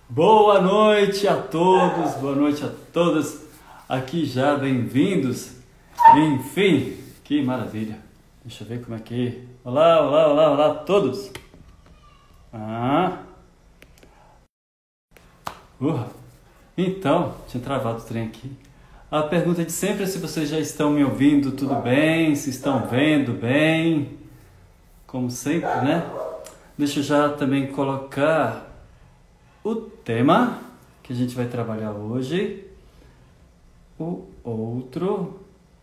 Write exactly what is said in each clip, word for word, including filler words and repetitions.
Boa noite a todos, boa noite a todas. Aqui já bem-vindos. Enfim, que maravilha. Deixa eu ver como é que... Olá, olá, olá, olá a todos. Ah. Uh, então, tinha travado o trem aqui. A pergunta de sempre é se vocês já estão me ouvindo tudo bem, se estão vendo bem. Como sempre, né? Deixa eu já também colocar o tema que a gente vai trabalhar hoje. O outro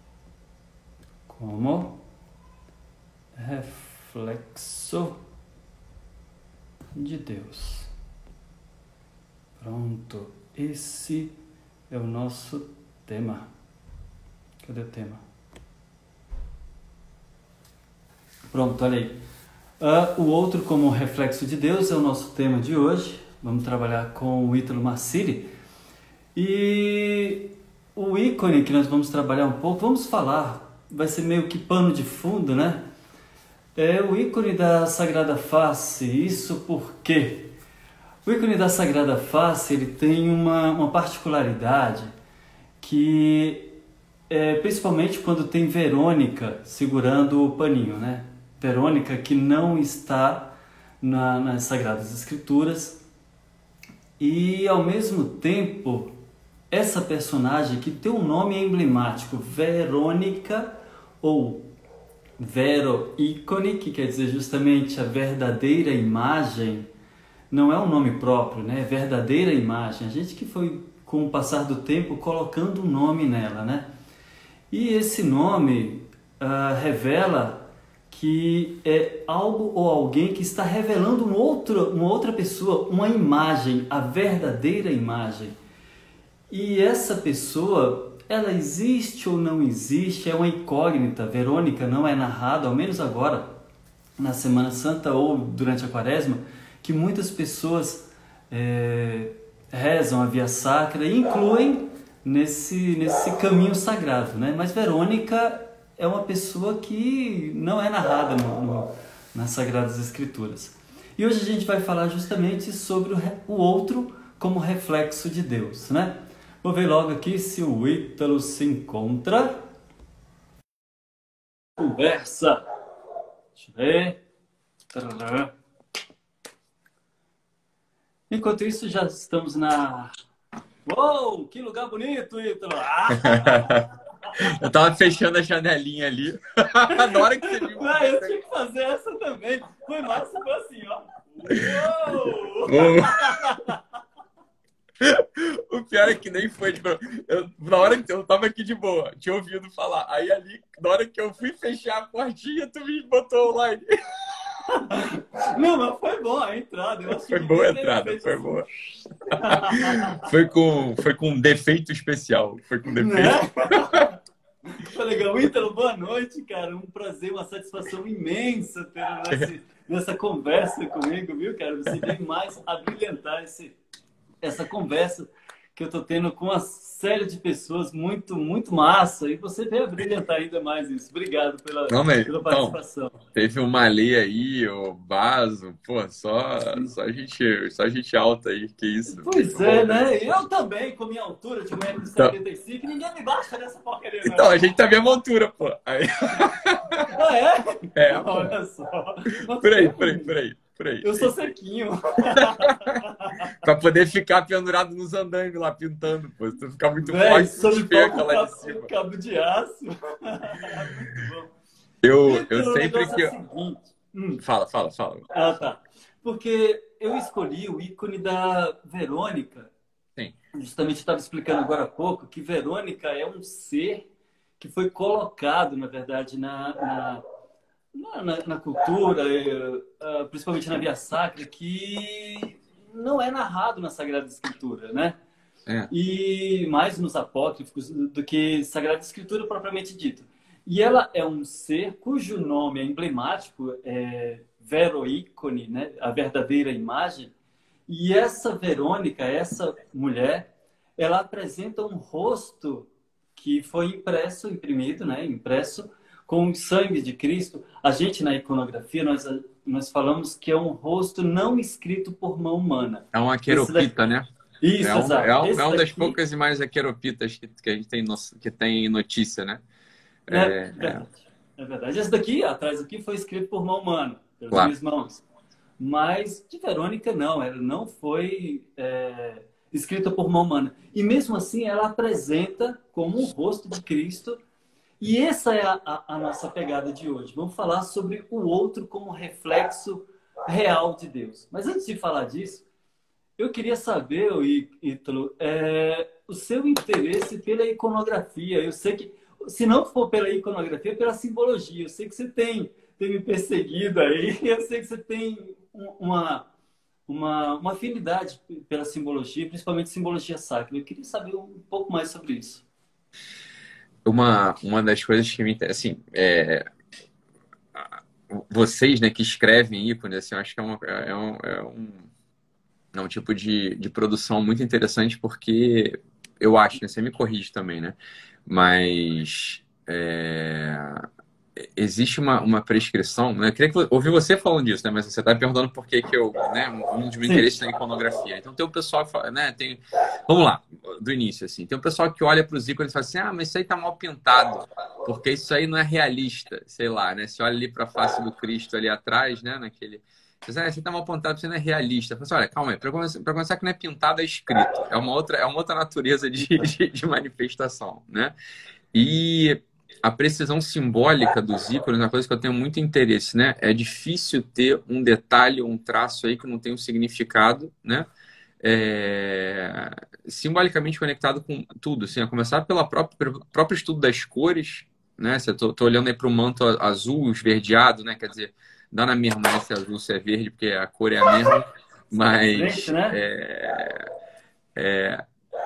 como reflexo de Deus. Pronto, esse é o nosso tema. Cadê o tema? Pronto, olha aí. Uh, o outro como reflexo de Deus é o nosso tema de hoje. Vamos trabalhar com o Ítalo Marcilli. E o ícone que nós vamos trabalhar um pouco, vamos falar, vai ser meio que pano de fundo, né? É o ícone da Sagrada Face. Isso porque o ícone da Sagrada Face, ele tem uma, uma particularidade que, é, principalmente quando tem Verônica segurando o paninho, né? Verônica que não está na, nas Sagradas Escrituras. E, ao mesmo tempo, essa personagem que tem um nome emblemático, Verônica, ou Vero-ícone, que quer dizer justamente a verdadeira imagem, não é um nome próprio, né? É verdadeira imagem. A gente que foi, com o passar do tempo, colocando um nome nela, né? E esse nome uh, revela que é algo ou alguém que está revelando um outro, uma outra pessoa, uma imagem, a verdadeira imagem. E essa pessoa, ela existe ou não existe, é uma incógnita. Verônica não é narrado, ao menos agora, na Semana Santa ou durante a Quaresma, que muitas pessoas é, rezam a Via Sacra e incluem nesse, nesse caminho sagrado, né? Mas Verônica é uma pessoa que não é narrada no, no, nas Sagradas Escrituras. E hoje a gente vai falar justamente sobre o, o outro como reflexo de Deus, né? Vou ver logo aqui se o Ítalo se encontra. Conversa. Deixa eu ver. Tarará. Enquanto isso, já estamos na... Uou, que lugar bonito, Ítalo! Ah! Eu tava fechando a janelinha ali. Na hora que você viu. Ah, eu tinha que fazer essa também. Foi mais foi assim, ó. Uou! O pior é que nem foi. Tipo, eu, na hora que eu tava aqui de boa, tinha ouvido falar. Aí ali, na hora que eu fui fechar a portinha, tu me botou online. Não, mas foi boa a entrada. Eu Foi boa a entrada, foi boa. Foi com, foi com um defeito especial. Foi com defeito. Né? Foi legal. Ítalo, boa noite, cara. Um prazer, uma satisfação imensa ter nessa, nessa conversa comigo, viu, cara? Você vem mais a brilhantar esse, essa conversa que eu tô tendo com uma série de pessoas muito, muito massa. E você veio a brilhantar ainda mais isso. Obrigado pela, Não, mas, pela então, participação. teve uma lei aí, o Baso, pô, só, só, gente, só gente alta aí, que isso. Pois Muito é, bom, né? Eu também, com minha altura de um metro e setenta e cinco, ninguém me baixa nessa porcaria, não. Então, a gente tá a mesma altura, pô. Aí... Ah, é? É, pô. Olha só. Por aí, por aí, por aí, por aí. Eu sou sequinho. Pra poder ficar pendurado nos andaimes lá, pintando, pô. Se tu ficar muito Véi, forte, só tu me despeca falta lá cabo, de cima. cabo de aço. Muito bom. Eu, Então, eu o sempre negócio que... é o seguinte. Hum. Fala, fala, fala. Ah, tá. Porque eu escolhi o ícone da Verônica. Sim. Justamente eu estava explicando agora há pouco que Verônica é um ser que foi colocado, na verdade, na, na, na, na cultura, principalmente na Via Sacra, que não é narrado na Sagrada Escritura, né? É. E mais nos apócrifos do que Sagrada Escritura propriamente dito. E ela é um ser cujo nome é emblemático, é Vero-ícone, né? A verdadeira imagem. E essa Verônica, essa mulher, ela apresenta um rosto que foi impresso, imprimido, né? Impresso com o sangue de Cristo. A gente, na iconografia, nós nós falamos que é um rosto não escrito por mão humana. É uma Esse daqui... queropita, né? Isso, É um, exato. é um, Esse é um das daqui... poucas imagens aqueropitas que, que a gente tem, no, que tem notícia, né? É É, é, verdade. É verdade. Esse daqui, atrás aqui, foi escrito por mão humana, pelas claro. minhas mãos. Mas de Verônica, não. Ela não foi é, escrita por mão humana. E mesmo assim, ela apresenta como o rosto de Cristo. E essa é a, a, a nossa pegada de hoje. Vamos falar sobre o outro como reflexo real de Deus. Mas antes de falar disso, eu queria saber, Ítalo, é, o seu interesse pela iconografia. Eu sei que, se não for pela iconografia, é pela simbologia. Eu sei que você tem, tem me perseguido aí. Eu sei que você tem uma, uma, uma afinidade pela simbologia, principalmente simbologia sacra. Eu queria saber um pouco mais sobre isso. Uma, uma das coisas que me interessa, assim, é, vocês, né, que escrevem ícones, assim, eu acho que é, uma, é, um, é um, é um tipo de, de produção muito interessante, porque eu acho, né, você me corrige também, né, mas é, existe uma, uma prescrição, né, eu queria que, ouvir você falando disso, né, mas você está me perguntando por que que eu, né, um dos meus interesses na iconografia. Então tem o pessoal que fala, né, tem, vamos lá, do início, assim, tem o pessoal que olha para os ícones e fala assim, ah, mas isso aí tá mal pintado, porque isso aí não é realista, sei lá, né, você olha ali para a face do Cristo ali atrás, né, naquele, você ah, você tá mal pintado, você não é realista. Fala assim, olha, calma aí, para começar, para começar que não é pintado, é escrito, é uma outra, é uma outra natureza de, de, de manifestação, né, e a precisão simbólica dos ícones é uma coisa que eu tenho muito interesse, né? É difícil ter um detalhe, um traço aí que não tem um significado, né? É... simbolicamente conectado com tudo, assim, a começar pela própria, pelo próprio estudo das cores, né? Se eu tô, tô olhando aí para o manto azul, esverdeado, né? Quer dizer, dá na mesma né, se é azul, se é verde, porque a cor é a mesma, mas é... É...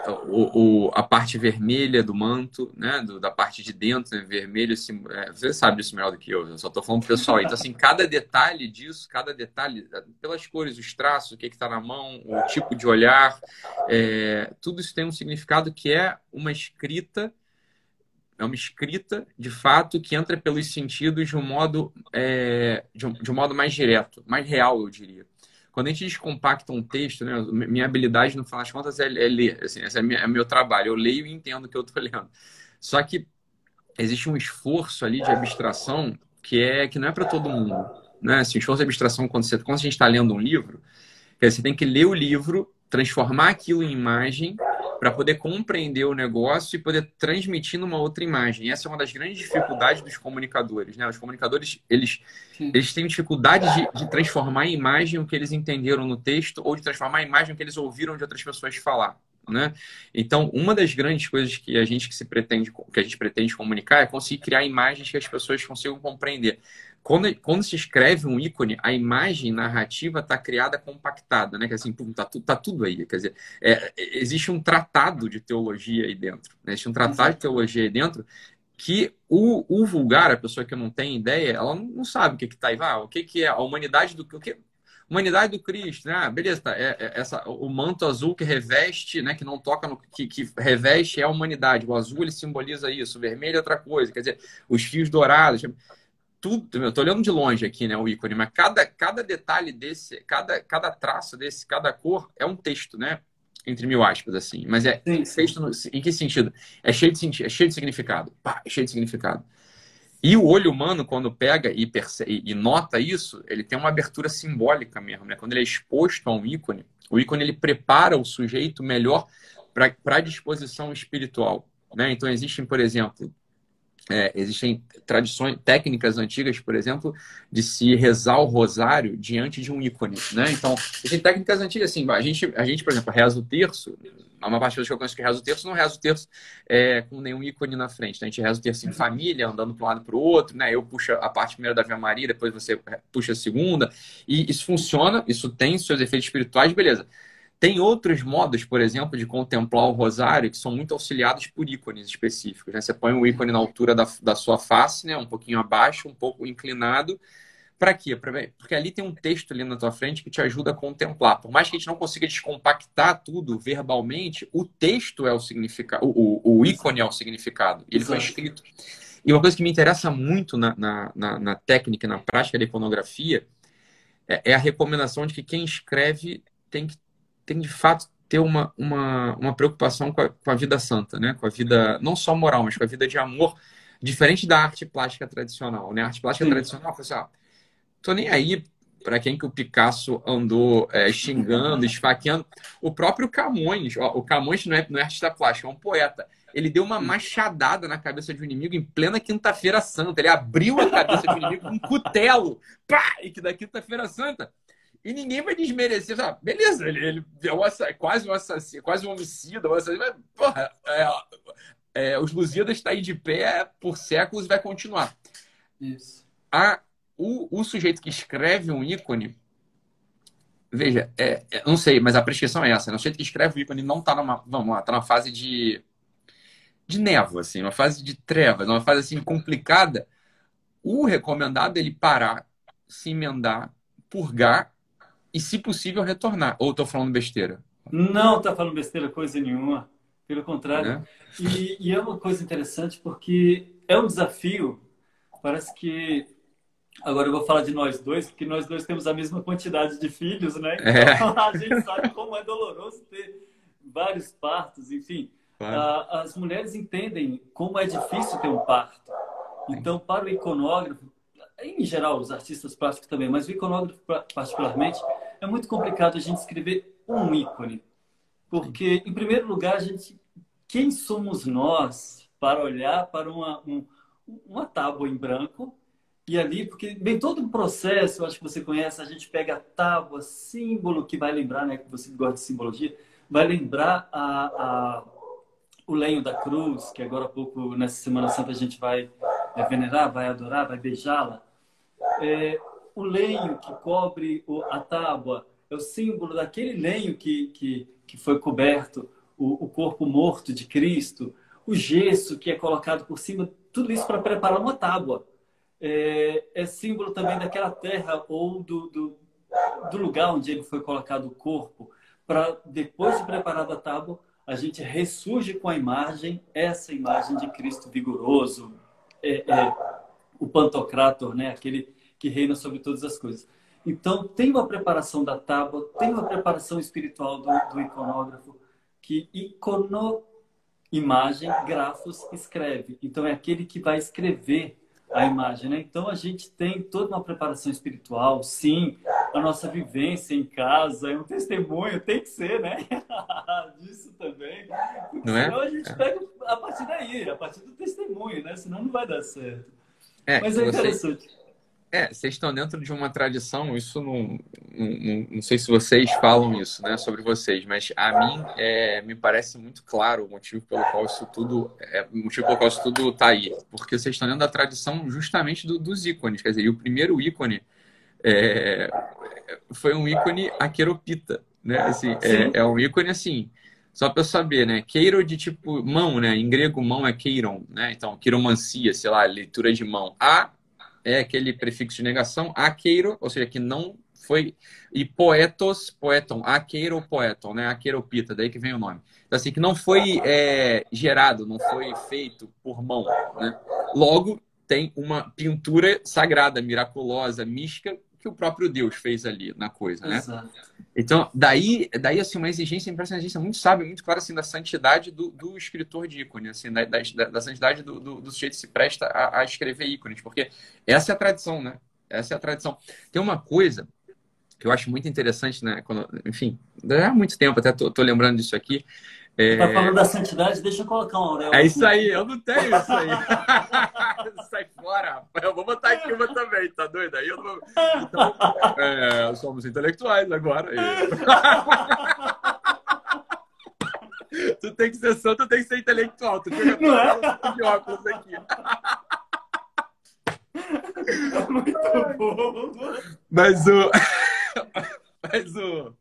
O, o, a parte vermelha do manto, né, do, da parte de dentro, né, vermelho, assim, é, você sabe disso melhor do que eu, eu só estou falando pro pessoal. Então, assim, cada detalhe disso, cada detalhe, pelas cores, os traços, o que está na mão, o tipo de olhar, é, tudo isso tem um significado que é uma escrita, é uma escrita, de fato, que entra pelos sentidos de um modo, é, de, um, de um modo mais direto, mais real, eu diria. Quando a gente descompacta um texto, né, minha habilidade, no final das contas, é, é ler. Assim, esse é, minha, é meu trabalho. Eu leio e entendo o que eu estou lendo. Só que existe um esforço ali de abstração que, é, que não é para todo mundo. Né? Assim, o esforço de abstração, quando, você, quando a gente está lendo um livro, você tem que ler o livro, transformar aquilo em imagem para poder compreender o negócio e poder transmitir numa outra imagem. E essa é uma das grandes dificuldades dos comunicadores, né? Os comunicadores, eles, eles têm dificuldade de, de transformar em imagem o que eles entenderam no texto ou de transformar em imagem o que eles ouviram de outras pessoas falar, né? Então, uma das grandes coisas que a gente que se pretende, que a gente pretende comunicar é conseguir criar imagens que as pessoas consigam compreender. Quando, quando se escreve um ícone, a imagem narrativa está criada compactada, né? Que assim, pum, tá, tu, tá tudo aí. Quer dizer, é, existe um tratado de teologia aí dentro. Né? Existe um tratado de teologia aí dentro que o, o vulgar, a pessoa que não tem ideia, ela não, não sabe o que está aí. Ah, o que, que é a humanidade do... O que, humanidade do Cristo, né? Ah, beleza, tá. É, é, essa, o manto azul que reveste, né? Que não toca no... Que, que reveste é a humanidade. O azul, ele simboliza isso. O vermelho é outra coisa. Quer dizer, os fios dourados... Tudo, eu tô olhando de longe aqui, né, o ícone, mas cada, cada detalhe desse, cada, cada traço desse, cada cor é um texto, né, entre mil aspas, assim, mas é sim, sim. Texto no, em que sentido? É cheio de sentido, é cheio de significado, pá, é cheio de significado. E o olho humano, quando pega e, percebe, e nota isso, ele tem uma abertura simbólica mesmo, né, quando ele é exposto a um ícone, o ícone ele prepara o sujeito melhor para a disposição espiritual, né, então existem, por exemplo, É, existem tradições, técnicas antigas, por exemplo, de se rezar o rosário diante de um ícone, né? Então, existem técnicas antigas, assim, a gente, a gente por exemplo, reza o terço, a maior parte das pessoas que eu conheço que reza o terço, não reza o terço é, com nenhum ícone na frente, né? A gente reza o terço em família, andando para um lado para o outro, né? Eu puxo a parte primeira da Ave Maria, depois você puxa a segunda, e isso funciona, isso tem seus efeitos espirituais, beleza. Tem outros modos, por exemplo, de contemplar o rosário que são muito auxiliados por ícones específicos. Né? Você põe o ícone na altura da, da sua face, né? Um pouquinho abaixo, um pouco inclinado. Para quê? Porque ali tem um texto ali na tua frente que te ajuda a contemplar. Por mais que a gente não consiga descompactar tudo verbalmente, o texto é o significado, o, o, o ícone é o significado. Ele foi escrito. E uma coisa que me interessa muito na, na, na, na técnica e na prática da iconografia é, é a recomendação de que quem escreve tem que tem de fato ter uma, uma, uma preocupação com a, com a vida santa, né? Com a vida não só moral, mas com a vida de amor, diferente da arte plástica tradicional, né? A arte plástica Sim. tradicional, assim, ó, tô nem aí para quem que o Picasso andou é, xingando, esfaqueando. O próprio Camões, ó, o Camões não é, não é artista plástico, é um poeta. Ele deu uma machadada na cabeça de um inimigo em plena Quinta-feira Santa. Ele abriu a cabeça de um inimigo com um cutelo. Pá! E que da Quinta-feira Santa. E ninguém vai desmerecer. Sabe? Beleza, ele, ele é um assa- quase um assassino, quase um homicida. Um assassino, mas, porra, é, é, os Lusíadas está aí de pé por séculos e vai continuar. Isso. A, o, o sujeito que escreve um ícone, veja, é, é, não sei, mas a prescrição é essa, né? O sujeito que escreve o ícone não está numa, vamos lá, tá numa fase de, de névoa, assim, uma fase de trevas, uma fase assim complicada. O recomendado é ele parar, se emendar, purgar e, se possível, retornar. Ou estou falando besteira, Não está falando besteira coisa nenhuma. Pelo contrário. né? E, e é uma coisa interessante porque é um desafio. Parece que agora eu vou falar de nós dois, porque nós dois temos a mesma quantidade de filhos, né? Então É, a gente sabe como é doloroso ter vários partos, enfim. claro. Ah, as mulheres entendem como é difícil ter um parto. Então, para o iconógrafo, em geral, os artistas plásticos também, mas o iconógrafo particularmente, é muito complicado a gente escrever um ícone. Porque, em primeiro lugar, a gente, quem somos nós para olhar para uma, um, uma tábua em branco e ali, porque vem todo um processo, eu acho que você conhece, a gente pega a tábua, símbolo que vai lembrar, né, que você gosta de simbologia, vai lembrar a, a, o lenho da cruz, que agora há pouco, nessa Semana Santa, a gente vai é, venerar, vai adorar, vai beijá-la. É, o lenho que cobre o, a tábua é o símbolo daquele lenho que, que, que foi coberto o, o corpo morto de Cristo, o gesso que é colocado por cima, tudo isso para preparar uma tábua. É, é símbolo também daquela terra ou do, do, do lugar onde ele foi colocado o corpo, para depois de preparada a tábua, a gente ressurge com a imagem, essa imagem de Cristo vigoroso, é, é, o Pantocrator, né? Aquele que reina sobre todas as coisas. Então, tem uma preparação da tábua, tem uma preparação espiritual do, do iconógrafo, que icono, imagem, grafos, escreve. Então, é aquele que vai escrever a imagem, né? Então, a gente tem toda uma preparação espiritual, sim, a nossa vivência em casa, é um testemunho, tem que ser, né? Disso também. Porque Não é? senão a gente pega a partir daí, a partir do testemunho, né? Senão não vai dar certo. É, Mas é você, interessante. é, vocês estão dentro de uma tradição, isso não, não, não, não sei se vocês falam isso, né, sobre vocês, mas a mim é, me parece muito claro o motivo pelo qual isso tudo é, o motivo pelo qual isso tudo está aí, porque vocês estão dentro da tradição justamente do, dos ícones, quer dizer, e o primeiro ícone é, foi um ícone aqueropita, né, assim, Sim, é, é um ícone assim, só para eu saber, né, queiro de tipo mão, né, em grego mão é queiron, né, então quiromancia, sei lá, leitura de mão, a é aquele prefixo de negação, aqueiro, ou seja, que não foi, e poetos, poeton, aqueiro, poeton, né, aqueiropita, daí que vem o nome. Então, assim, que não foi é, gerado, não foi feito por mão, né? Logo, tem uma pintura sagrada, miraculosa, mística, que o próprio Deus fez ali na coisa, né? exato. Então, daí, daí assim, uma exigência, me parece uma exigência muito sábia, muito clara, assim, da santidade do, do escritor de ícone, assim, da, da, da santidade do, do, do sujeito que se presta a, a escrever ícones, porque essa é a tradição, né? Essa é a tradição. Tem uma coisa que eu acho muito interessante, né? Quando, enfim, há muito tempo, até tô, tô lembrando disso aqui. Você está falando É... da santidade, deixa eu colocar uma auréola é aqui isso na aí, frente. eu não tenho isso aí. Sai fora, rapaz. Eu vou botar aqui uma também, tá doido? Aí eu não... Então, é, somos intelectuais agora. E... Tu tem que ser santo, tu tem que ser intelectual. Tu chega Não pra é? cá, eu tô de óculos aqui. Muito bom. Mas o. Mas o.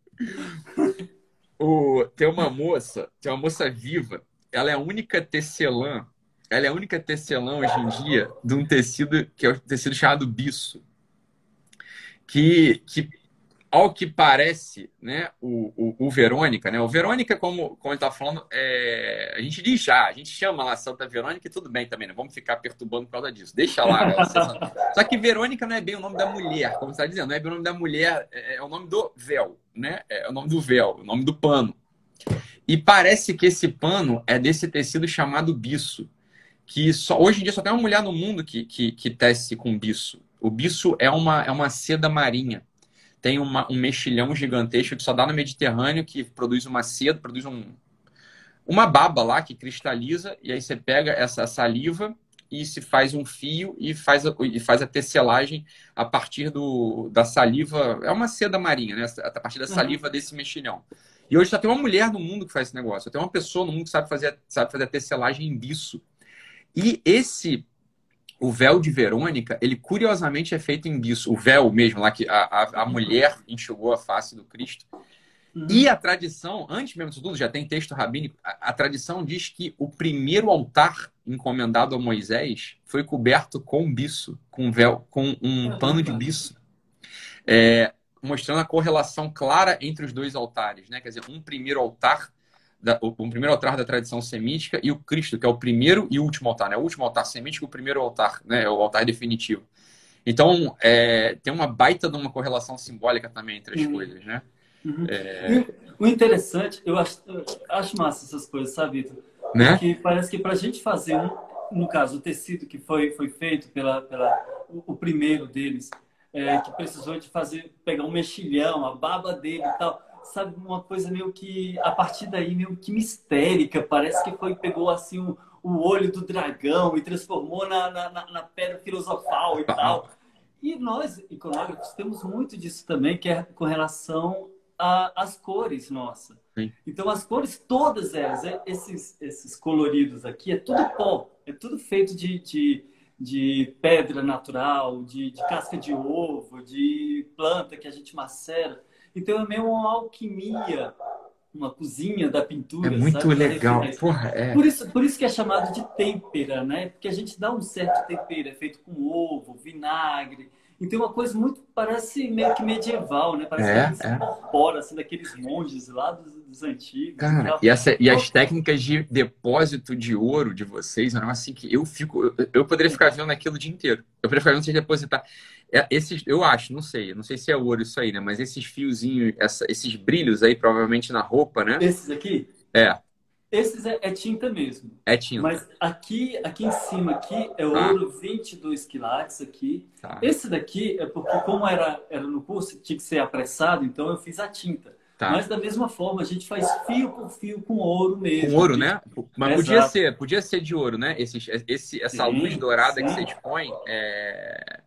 o tem uma moça, tem uma moça viva, ela é a única tecelã, ela é a única tecelã hoje em dia de um tecido que é o tecido chamado bisso. Que, que ao que parece, né, o, o, o Verônica, né? O Verônica, como, como ele está falando, é, a gente diz já, a gente chama lá Santa Verônica e tudo bem também, não vamos ficar perturbando por causa disso. Deixa lá. Ela ser santa. Só que Verônica não é bem o nome da mulher, como você está dizendo, não é bem o nome da mulher, é, é o nome do véu, né? É o nome do véu, o nome do pano. E parece que esse pano é desse tecido chamado bisso, que só, hoje em dia só tem uma mulher no mundo que, que, que tece com bisso. O bisso é uma, é uma seda marinha. Tem uma, um mexilhão gigantesco que só dá no Mediterrâneo, que produz uma seda, produz um, uma baba lá que cristaliza, e aí você pega essa saliva e se faz um fio e faz a, e faz a tecelagem a partir do, da saliva. É uma seda marinha, né? A partir da saliva uhum. desse mexilhão. E hoje só tem uma mulher no mundo que faz esse negócio. Só tem uma pessoa no mundo que sabe fazer, sabe fazer a tecelagem em bisso. E esse... O véu de Verônica, ele curiosamente é feito em bisso. O véu mesmo, lá que a, a, a mulher enxugou a face do Cristo. Uhum. E a tradição, antes mesmo disso tudo, já tem texto rabínico, a, a tradição diz que o primeiro altar encomendado a Moisés foi coberto com bisso, com véu, com um pano de bisso. É, mostrando a correlação clara entre os dois altares, né? Quer dizer, um primeiro altar Da, o, o primeiro altar da tradição semítica e o Cristo, que é o primeiro e último altar, né? O último altar semítico e o primeiro altar, né? É o altar definitivo. Então, é, tem uma baita de uma correlação simbólica também entre as uhum. coisas, né? Uhum. É... O interessante, eu acho, eu acho massa essas coisas, sabe, Vitor? Né? Porque parece que para a gente fazer, um, no caso, o tecido que foi, foi feito pela, pela o, o primeiro deles, é, que precisou de fazer, pegar um mexilhão, a baba dele e tal... Sabe, uma coisa meio que, a partir daí, meio que mistérica. Parece que foi, pegou assim o, o olho do dragão e transformou na, na, na pedra filosofal e tal. E nós, iconógrafos, temos muito disso também, que é com relação às cores, nossa. Sim. Então, as cores, todas elas, esses, esses coloridos aqui, é tudo pó. É tudo feito de, de, de pedra natural, de, de casca de ovo, de planta que a gente macera. Então é meio uma alquimia, uma cozinha da pintura. É muito sabe? legal. Porra, é. Por isso, por isso que é chamado de têmpera, né? Porque a gente dá um certo tempero, é feito com ovo, vinagre. Então é uma coisa muito, parece meio que medieval, né? Parece é, que se é. incorpora, assim, daqueles monges lá dos, dos antigos. Cara, e, e, essa, e as técnicas de depósito de ouro de vocês, é assim que eu fico... Eu, eu poderia ficar vendo aquilo o dia inteiro. Eu poderia ficar vendo vocês depositar... É, esses, eu acho, não sei, não sei se é ouro isso aí, né? Mas esses fiozinhos, essa, esses brilhos aí, provavelmente na roupa, né? Esses aqui? É. Esses é, é tinta mesmo. É tinta. Mas aqui, aqui em cima aqui é ouro ah. vinte e dois quilates aqui. Tá. Esse daqui é porque, como era, era no curso, tinha que ser apressado, então eu fiz a tinta. Tá. Mas da mesma forma, a gente faz fio por fio com ouro mesmo. Com ouro, né? Mas Exato. podia ser, podia ser de ouro, né? Esse, esse, essa sim, luz dourada sim. que vocês põem é...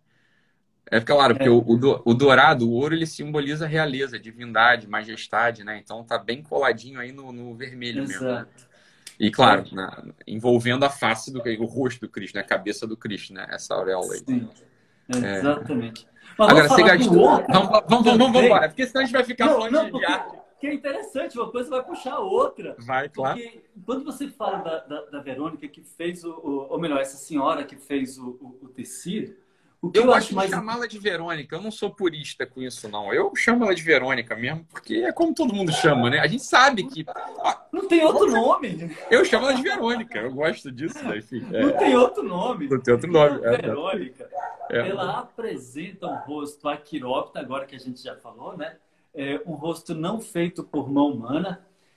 É claro, porque é. o, o dourado, o ouro, ele simboliza realeza, divindade, majestade, né? Então tá bem coladinho aí no, no vermelho Exato. mesmo, né? E claro, é. na, envolvendo a face do o rosto do Cristo, né? A cabeça do Cristo, né? Essa auréola aí. Sim, é. exatamente. Mas Agora, você gastou... Vamos, vamos, vamos, vamos, vamos embora, porque senão a gente vai ficar não, falando não, de porque, arte. Que é interessante, uma coisa vai puxar a outra. Vai, claro. Porque quando você fala da, da, da Verônica, que fez o, o... Ou melhor, essa senhora que fez o, o, o tecido, O que eu, eu acho acho mais... chamá-la de Verônica. Eu não sou purista com isso, não. Eu chamo ela de Verônica mesmo, porque é como todo mundo chama, né? A gente sabe que... Ah, não tem outro nome. Eu chamo ela de Verônica. Eu gosto disso, né? Enfim, é... Não tem outro nome. Não tem outro nome. Então, Verônica, é. ela apresenta um rosto aquirópta, agora que a gente já falou, né? É um rosto não feito por mão humana.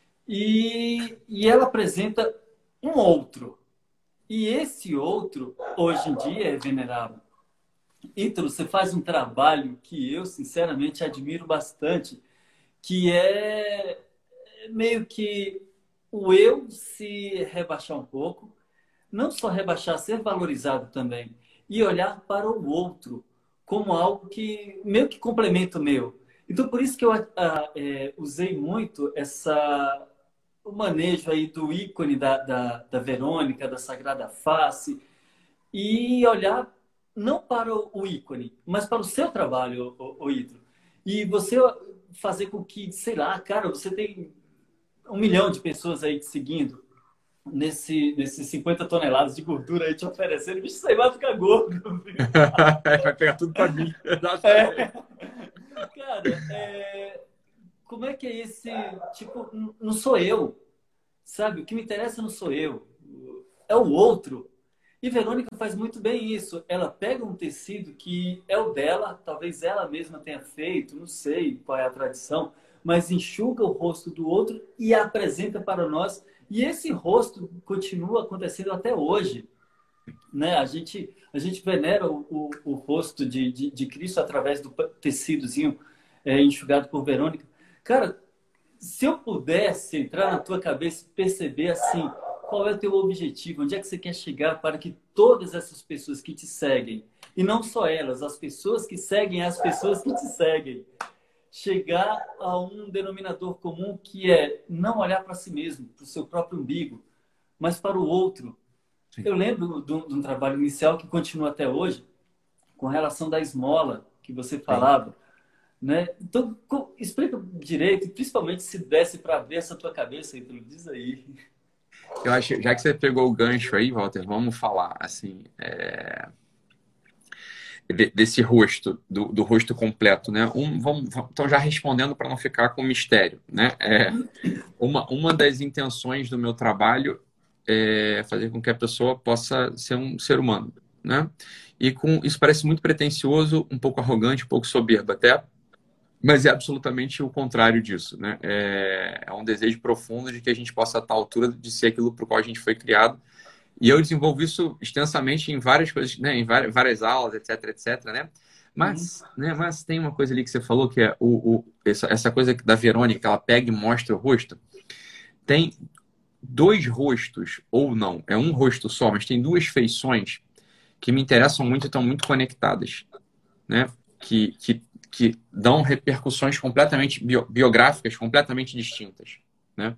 E, e ela apresenta um outro. E esse outro, hoje em dia, é venerável. Ítalo, você faz um trabalho que eu, sinceramente, admiro bastante, que é meio que o eu se rebaixar um pouco, não só rebaixar, ser valorizado também, e olhar para o outro como algo que meio que complementa o meu. Então, por isso que eu a, é, usei muito essa, o manejo aí do ícone da, da, da Verônica, da Sagrada Face, e olhar não para o ícone, mas para o seu trabalho, o, o Ítalo. E você fazer com que, sei lá, cara, você tem um milhão de pessoas aí te seguindo nesse, nesses cinquenta toneladas de gordura aí te oferecendo, bicho, você vai ficar gordo. Vai pegar tudo para mim. É. Cara, olha, é, como é que é esse, tipo, n- não sou eu, sabe? O que me interessa não sou eu, é o outro. E Verônica faz muito bem isso. Ela pega um tecido que é o dela, talvez ela mesma tenha feito, não sei qual é a tradição, mas enxuga o rosto do outro e apresenta para nós. E esse rosto continua acontecendo até hoje, né? A gente, a gente venera o, o, o rosto de, de, de Cristo através do tecidozinho é, enxugado por Verônica. Cara, se eu pudesse entrar na tua cabeça e perceber assim, qual é o teu objetivo, onde é que você quer chegar para que todas essas pessoas que te seguem, e não só elas, as pessoas que seguem as pessoas que te seguem, chegar a um denominador comum que é não olhar para si mesmo, para o seu próprio umbigo, mas para o outro. Sim. Eu lembro de um, de um trabalho inicial que continua até hoje, com relação da esmola que você Sim. falava, né? Então, co- explica direito, e principalmente se desse para ver essa tua cabeça, então diz aí. Eu acho, já que você pegou o gancho aí, Walter, vamos falar assim, é, de- desse rosto, do, do rosto completo, né? Um, vamos, vamos- então, já respondendo para não ficar com mistério, né? É, uma, uma das intenções do meu trabalho é fazer com que a pessoa possa ser um ser humano, né? E com isso parece muito pretensioso, um pouco arrogante, um pouco soberbo até, mas é absolutamente o contrário disso, né? É, é um desejo profundo de que a gente possa estar à altura de ser aquilo para o qual a gente foi criado. E eu desenvolvo isso extensamente em várias coisas, né? Em várias, várias aulas, etc, etc, né? Uhum. Mas, né? Mas tem uma coisa ali que você falou que é o, o, essa, essa coisa da Verônica, que ela pega e mostra o rosto. Tem dois rostos, ou não, é um rosto só, mas tem duas feições que me interessam muito e estão muito conectadas, né? Que, que, que dão repercussões completamente bio, biográficas, completamente distintas, né?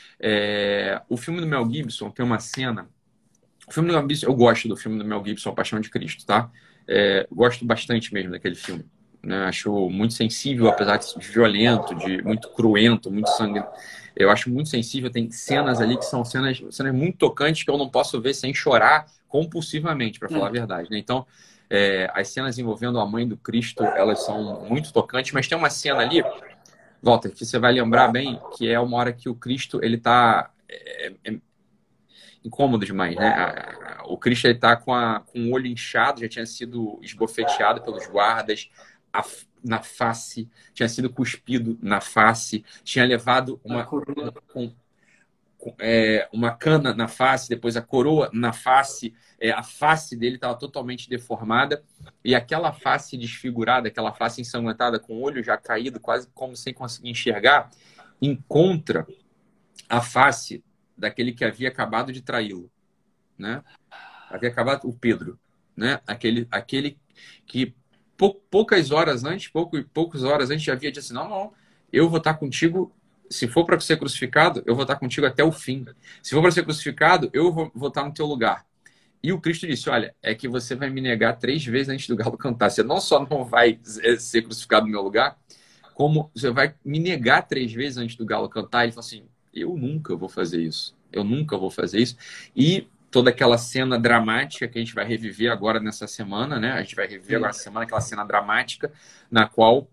É, o filme do Mel Gibson tem uma cena. O filme do Mel Gibson, eu gosto do filme do Mel Gibson, A Paixão de Cristo, tá? É, gosto bastante mesmo daquele filme. Né? Acho muito sensível, apesar de violento, de muito cruento, muito sangue. Eu acho muito sensível. Tem cenas ali que são cenas, cenas muito tocantes que eu não posso ver sem chorar compulsivamente, para falar a É. verdade. Né? Então, é, as cenas envolvendo a mãe do Cristo, elas são muito tocantes, mas tem uma cena ali, Walter, que você vai lembrar bem, que é uma hora que o Cristo, ele tá é, é, incômodo demais, né? A- a- O Christian está com, a- com o olho inchado, já tinha sido esbofeteado pelos guardas, a f- na face, tinha sido cuspido na face, tinha levado A uma, coroa. um- com- com- é, uma cana na face, depois a coroa na face, é, a face dele estava totalmente deformada, e aquela face desfigurada, aquela face ensanguentada, com o olho já caído, quase como sem conseguir enxergar, encontra a face daquele que havia acabado de traí-lo, né? Havia acabado o Pedro, né? Aquele, aquele que pou, poucas horas antes, pouco, poucas horas antes já havia dito assim, não, não, eu vou estar contigo, se for para ser crucificado, eu vou estar contigo até o fim. Se for para ser crucificado, eu vou, vou estar no teu lugar. E o Cristo disse, olha, é que você vai me negar três vezes antes do galo cantar. Você não só não vai ser crucificado no meu lugar, como você vai me negar três vezes antes do galo cantar. Ele falou assim, eu nunca vou fazer isso. Eu nunca vou fazer isso. E toda aquela cena dramática que a gente vai reviver agora nessa semana, né? A gente vai reviver agora Sim. essa semana, aquela cena dramática na qual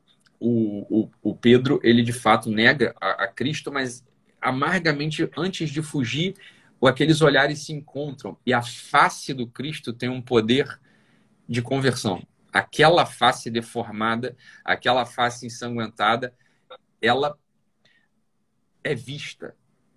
o, o, o Pedro, ele de fato nega a, a Cristo, mas amargamente, antes de fugir, aqueles olhares se encontram e a face do Cristo tem um poder de conversão. Aquela face deformada, aquela face ensanguentada, ela é vista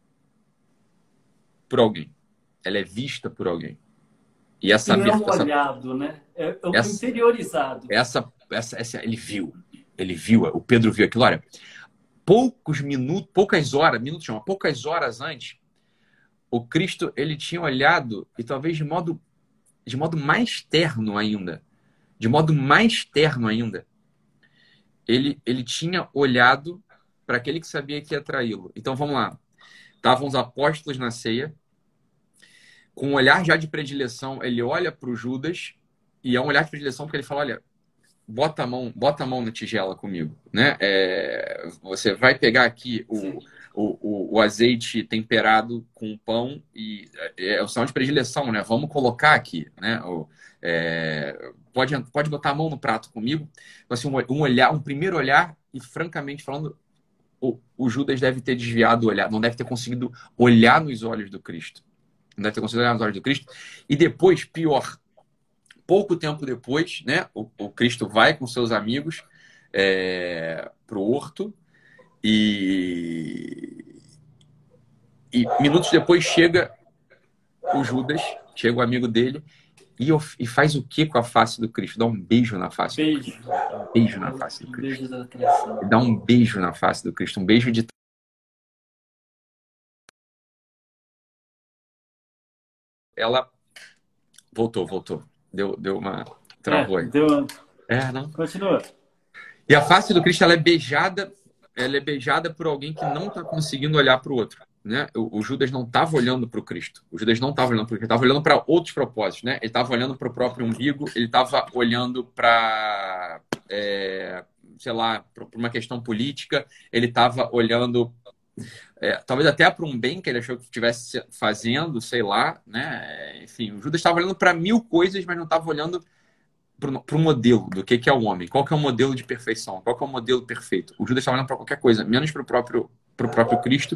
por alguém. Ela é vista por alguém. E E essa não é um abertura, essa, olhado, né? É, é o essa, interiorizado. essa, essa, essa, ele viu. Ele viu, o Pedro viu aquilo. Olha, poucos minutos, poucas horas, minutos não, poucas horas antes, o Cristo, ele tinha olhado, e talvez de modo, de modo mais terno ainda, de modo mais terno ainda, ele, ele tinha olhado para aquele que sabia que ia traí-lo. Então vamos lá. Estavam os apóstolos na ceia, com um olhar já de predileção, ele olha para o Judas, e é um olhar de predileção porque ele fala, olha, bota a mão, bota a mão na tigela comigo, né? É, você vai pegar aqui o, o, o, o azeite temperado com o pão e é, é o sinal de predileção, né? Vamos colocar aqui, né? O, é, pode, pode botar a mão no prato comigo. Assim, um, um olhar, um primeiro olhar, e francamente falando, o, o Judas deve ter desviado o olhar, não deve ter conseguido olhar nos olhos do Cristo. Não deve ter conseguido olhar nos olhos do Cristo. E depois, pior, pouco tempo depois, né, o, o Cristo vai com seus amigos é, para o horto e, e minutos depois chega o Judas, chega o amigo dele e, e faz o que com a face do Cristo? Dá um beijo na face beijo. do Cristo. Um beijo na face do Um Cristo. beijo da atração. Dá um beijo na face do Cristo, um beijo de... Ela voltou, voltou. Deu, deu uma... Travou É, aí. deu uma... É, não? Continua. E a face do Cristo, ela é beijada, ela é beijada por alguém que não está conseguindo olhar para o outro. Né? O, o Judas não estava olhando para o Cristo. O Judas não estava olhando para o Cristo, ele estava olhando para outros propósitos. Né? Ele estava olhando para o próprio umbigo, ele estava olhando para, é, sei lá, para uma questão política, ele estava olhando, é, talvez até para um bem que ele achou que estivesse fazendo, sei lá. Né? Enfim, o Judas estava olhando para mil coisas, mas não estava olhando para o modelo do que, que é o homem. Qual que é o modelo de perfeição? Qual que é o modelo perfeito? O Judas estava olhando para qualquer coisa, menos para o próprio, pro próprio Cristo.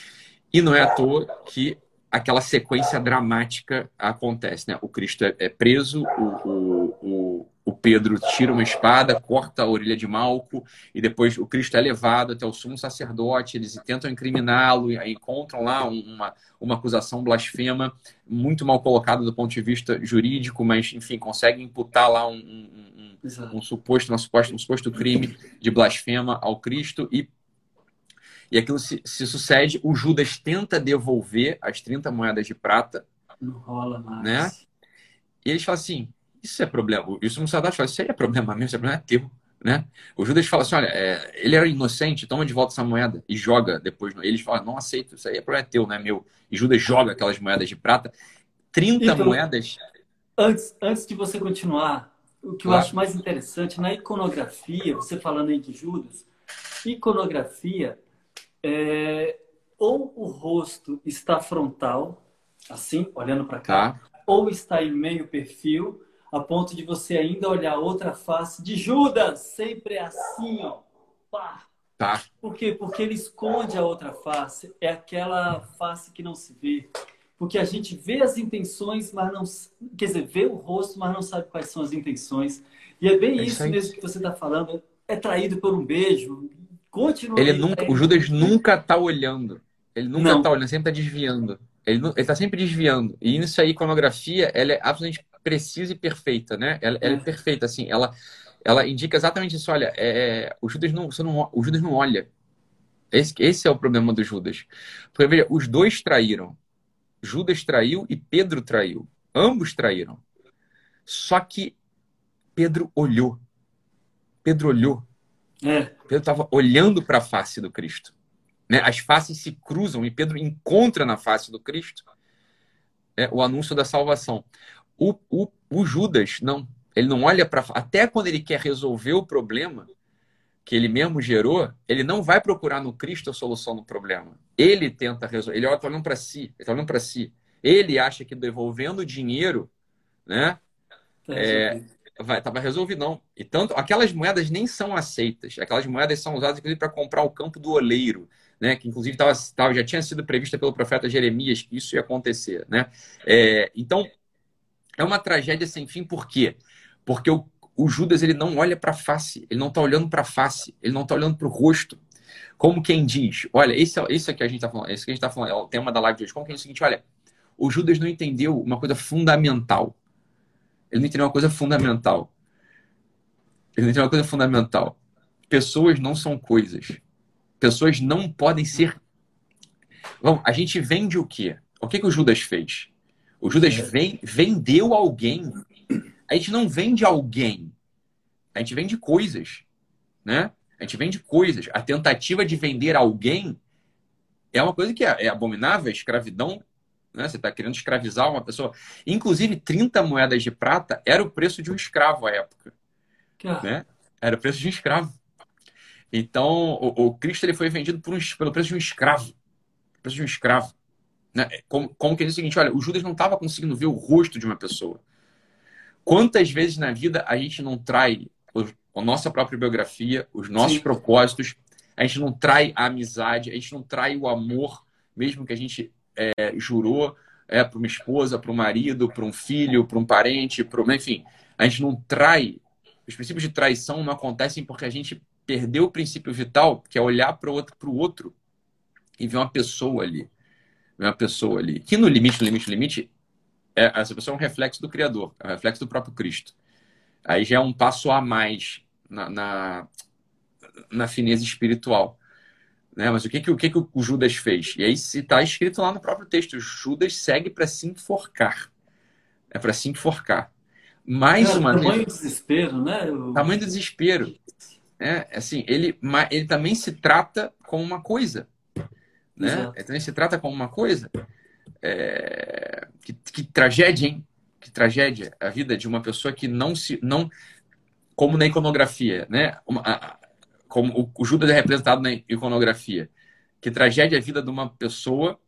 E não é à toa que aquela sequência dramática acontece. Né? O Cristo é, é preso, o, o, o, o Pedro tira uma espada, corta a orelha de Malco, e depois o Cristo é levado até o sumo sacerdote, eles tentam incriminá-lo, e encontram lá uma, uma acusação blasfema, muito mal colocada do ponto de vista jurídico, mas, enfim, conseguem imputar lá um, um, um, um, suposto, uma suposta, um suposto crime de blasfema ao Cristo, e E aquilo se, se sucede, o Judas tenta devolver as trinta moedas de prata. Não rola mais. Né? E eles falam assim, isso é problema. E o sumo sacerdote fala, isso aí é problema mesmo, isso é problema teu. Né? O Judas fala assim, olha, é, ele era inocente, toma de volta essa moeda e joga depois. Eles falam, não aceito, isso aí é problema teu, não é meu. E Judas joga aquelas moedas de prata. trinta então, moedas... Antes, antes de você continuar, o que claro. eu acho mais interessante, na iconografia, você falando aí de Judas, iconografia... É, ou o rosto está frontal, assim, olhando para cá, Tá. ou está em meio perfil, a ponto de você ainda olhar outra face de Judas, sempre é assim, ó. Pá. Tá. Por quê? Porque ele esconde a outra face, é aquela face que não se vê. Porque a gente vê as intenções, mas não... Quer dizer, vê o rosto, mas não sabe quais são as intenções. E é bem É isso, isso mesmo que você está falando. É traído por um beijo. Continua Ele aí, nunca, né? o Judas nunca tá olhando. Ele nunca Não. tá olhando, sempre tá desviando. Ele, não, ele tá sempre desviando. E isso aí, iconografia, ela é absolutamente precisa e perfeita, né? Ela, ela é. é perfeita, assim. Ela, ela indica exatamente isso. Olha, é, o, Judas não, você não, o Judas não olha. Esse, esse é o problema do Judas. Porque, veja, os dois traíram. Judas traiu e Pedro traiu. Ambos traíram. Só que Pedro olhou. Pedro olhou. É. Pedro estava olhando para a face do Cristo. Né? As faces se cruzam e Pedro encontra na face do Cristo, né, o anúncio da salvação. O, o, o Judas, não. Ele não olha para... Até quando ele quer resolver o problema que ele mesmo gerou, ele não vai procurar no Cristo a solução do problema. Ele tenta resolver. Ele olha, tá olhando para si. Ele está olhando para si. Ele acha que devolvendo o dinheiro, né, Tá é, vai, tava resolvido, não. E tanto, aquelas moedas nem são aceitas. Aquelas moedas são usadas, inclusive, para comprar o campo do oleiro, né? Que, inclusive, tava, tava, já tinha sido prevista pelo profeta Jeremias que isso ia acontecer, né? É, então, é uma tragédia sem fim. Por quê? Porque o, o Judas, ele não olha para a face. Ele não está olhando para a face. Ele não está olhando para o rosto. Como quem diz, olha, esse, esse aqui a gente está falando, esse que a gente tá falando é o tema da live de hoje. Como quem diz o seguinte, olha, o Judas não entendeu uma coisa fundamental. Ele não entendeu uma coisa fundamental. Ele não entendeu uma coisa fundamental. Pessoas não são coisas. Pessoas não podem ser... Bom, a gente vende o quê? O que, que o Judas fez? O Judas vem, vendeu alguém. A gente não vende alguém. A gente vende coisas. Né? A gente vende coisas. A tentativa de vender alguém é uma coisa que é, é abominável. A escravidão... Né? Você está querendo escravizar uma pessoa. Inclusive, trinta moedas de prata era o preço de um escravo à época. Né? Era o preço de um escravo. Então, o, o Cristo ele foi vendido por um, pelo preço de um escravo. Preço de um escravo. Né? Como, como que diz o seguinte, olha, o Judas não estava conseguindo ver o rosto de uma pessoa. Quantas vezes na vida a gente não trai a nossa própria biografia, os nossos Sim. propósitos, a gente não trai a amizade, a gente não trai o amor, mesmo que a gente é, jurou é, para uma esposa, para um marido, para um filho, para um parente, para, enfim, a gente não trai. Os princípios de traição não acontecem porque a gente perdeu o princípio vital, que é olhar para o outro, para o outro e ver uma pessoa ali. Ver uma pessoa ali. Que no limite, no limite, no limite, é, essa pessoa é um reflexo do Criador, é um reflexo do próprio Cristo. Aí já é um passo a mais na, na, na fineza espiritual. Né? Mas o que, que, o que, que o Judas fez? E aí está escrito lá no próprio texto: Judas segue para se enforcar. É para se enforcar. Mais Cara, uma tamanho vez, desespero, né? O... tamanho do desespero. É, assim, ele, ele também se trata como uma coisa. Né? Ele Exato. também se trata como uma coisa. É... Que, que tragédia, hein? Que tragédia a vida de uma pessoa que não se... não como na iconografia, né? Uma, a, como o, o Judas é representado na iconografia. Que tragédia a vida de uma pessoa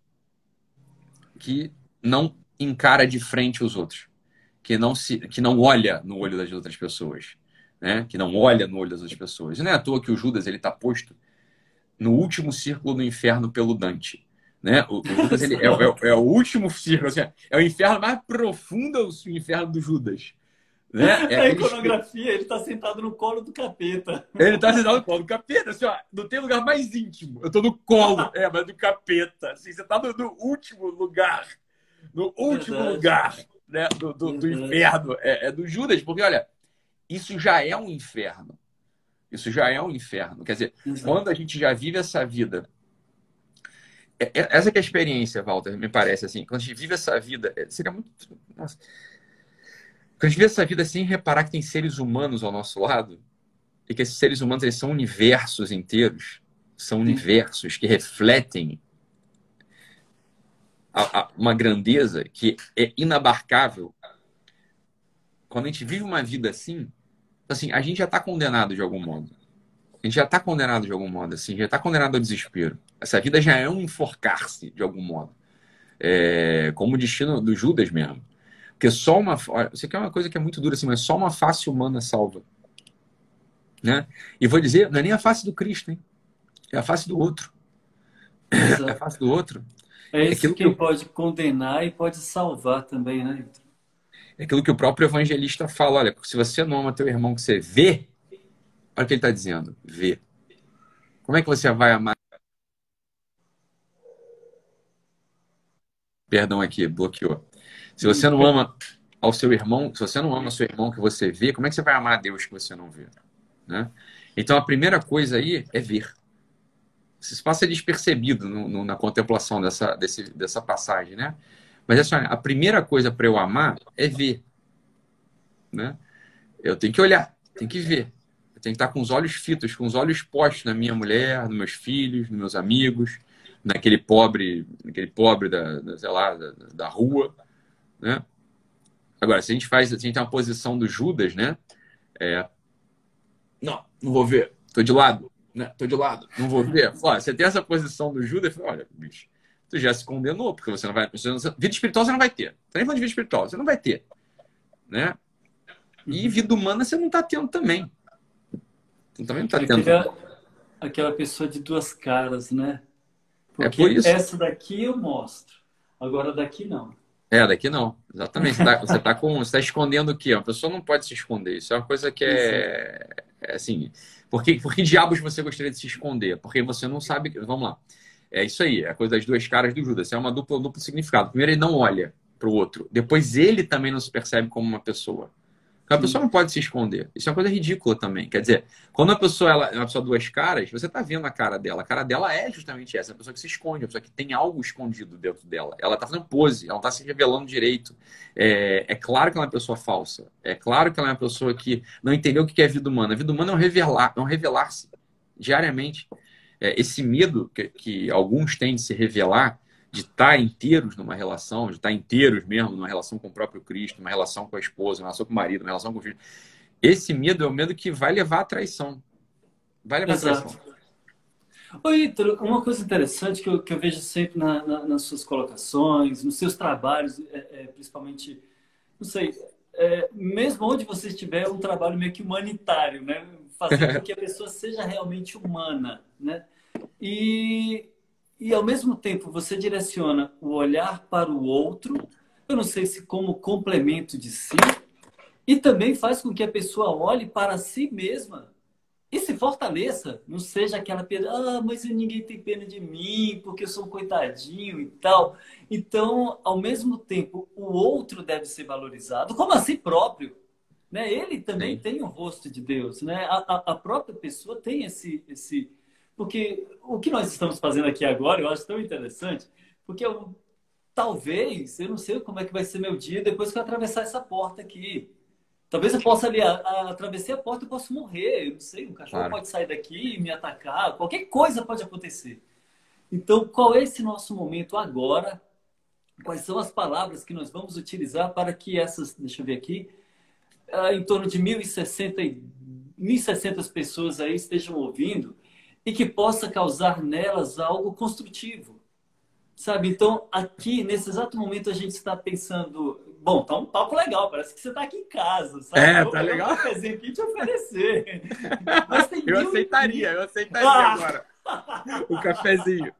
que não encara de frente os outros. Que não, se, que não olha no olho das outras pessoas. Né? Que não olha no olho das outras pessoas. E não é à toa que o Judas ele está posto no último círculo do inferno pelo Dante. Né? O, o Judas ele é, é, é o último círculo. Assim, é o inferno mais profundo, o inferno do Judas. Né? É A aquele... iconografia, ele está sentado no colo do capeta. Ele está sentado no colo do capeta. Assim, ó, não tem lugar mais íntimo. Eu estou no colo, é, mas do capeta. Assim, você está no, no último lugar. No último Verdade. lugar, né? do, do, do inferno. É, é do Judas. Porque, olha, isso já é um inferno. Isso já é um inferno. Quer dizer, Exato. Quando a gente já vive essa vida... Essa que é a experiência, Walter, me parece, assim. Quando a gente vive essa vida... Seria muito... Nossa. Quando a gente vive essa vida sem reparar que tem seres humanos ao nosso lado, e que esses seres humanos eles são universos inteiros, são Sim. universos que refletem a, a, uma grandeza que é inabarcável. Quando a gente vive uma vida assim, assim, a gente já está condenado de algum modo. A gente já está condenado de algum modo, assim, já está condenado ao desespero. Essa vida já é um enforcar-se de algum modo. É, como o destino do Judas mesmo. Porque só uma... Isso aqui é uma coisa que é muito dura, assim, mas só uma face humana salva. Né? E vou dizer, não é nem a face do Cristo, hein? É a face do outro. Exato. É a face do outro. É isso aquilo quem que eu... pode condenar e pode salvar também, né? É aquilo que o próprio evangelista fala. Olha, se você não ama teu irmão que você vê, olha o que ele está dizendo, vê. Como é que você vai amar? Perdão aqui, bloqueou. Se você não ama ao seu irmão, se você não ama seu irmão que você vê, como é que você vai amar a Deus que você não vê? Né? Então a primeira coisa aí é ver. Isso passa despercebido no, no, na contemplação dessa, desse, dessa passagem, né? Mas assim, a primeira coisa para eu amar é ver. Né? Eu tenho que olhar, tenho que ver. Eu tenho que estar com os olhos fitos, com os olhos postos na minha mulher, nos meus filhos, nos meus amigos, naquele pobre, naquele pobre da, da, sei lá, da, da rua, né? Agora, se a gente faz, se a gente tem uma posição do Judas, né? É, não, não vou ver, tô de lado, né? Tô de lado, não vou ver. Olha, você tem essa posição do Judas, olha, bicho, tu já se condenou, porque você não vai, você não, vida espiritual você não vai ter. Você nem falando de vida espiritual, você não vai ter, né? E vida humana você não está tendo também. Você também não está tendo. Aquela, aquela pessoa de duas caras, né? Porque é por isso. Essa daqui eu mostro, agora daqui não. É, daqui não. Exatamente. Você está você tá com, você tá escondendo o quê? A pessoa não pode se esconder. Isso é uma coisa que é, é assim... Por que, por que diabos você gostaria de se esconder? Porque você não sabe... Vamos lá. É isso aí. É a coisa das duas caras do Judas. É uma dupla, duplo significado. Primeiro, ele não olha para o outro. Depois, ele também não se percebe como uma pessoa. A pessoa não pode se esconder. Isso é uma coisa ridícula também. Quer dizer, quando a pessoa ela, é uma pessoa duas caras, você está vendo a cara dela. A cara dela é justamente essa. A pessoa que se esconde, a pessoa que tem algo escondido dentro dela. Ela está fazendo pose, ela não está se revelando direito. É, é claro que ela é uma pessoa falsa. É claro que ela é uma pessoa que não entendeu o que é vida humana. A vida humana é um revelar, é um revelar-se diariamente. É, esse medo que, que alguns têm de se revelar, de estar inteiros numa relação, de estar inteiros mesmo numa relação com o próprio Cristo, numa relação com a esposa, numa relação com o marido, numa relação com o filho. Esse medo é o medo que vai levar à traição. Vai levar Exato. à traição. Oi, Ítalo, uma coisa interessante que eu, que eu vejo sempre na, na, nas suas colocações, nos seus trabalhos, é, é, principalmente, não sei, é, mesmo onde você estiver, é um trabalho meio que humanitário, né? Fazer com que a pessoa seja realmente humana, né? E, e ao mesmo tempo você direciona o olhar para o outro, eu não sei se como complemento de si, e também faz com que a pessoa olhe para si mesma e se fortaleça. Não seja aquela pena, ah, mas ninguém tem pena de mim, porque eu sou um coitadinho e tal. Então, ao mesmo tempo, o outro deve ser valorizado, como a si próprio. Né? Ele também Sim. tem o rosto de Deus, né? A, a, a própria pessoa tem esse, esse... Porque o que nós estamos fazendo aqui agora, eu acho tão interessante, porque eu, talvez, eu não sei como é que vai ser meu dia depois que eu atravessar essa porta aqui. Talvez eu possa ali, a, a, atravessei a porta e posso morrer, eu não sei, um cachorro Claro. pode sair daqui e me atacar, qualquer coisa pode acontecer. Então, qual é esse nosso momento agora? Quais são as palavras que nós vamos utilizar para que essas, deixa eu ver aqui, ah, em torno de mil e sessenta e- mil e sessenta pessoas aí estejam ouvindo e que possa causar nelas algo construtivo, sabe? Então, aqui, nesse exato momento, a gente está pensando, bom, tá um papo legal, parece que você está aqui em casa, sabe? É, Eu vou tá pegar um legal? cafezinho aqui e te oferecer. Mas tem Eu mil e aceitaria, mil... eu aceitaria Ah! agora. O cafezinho.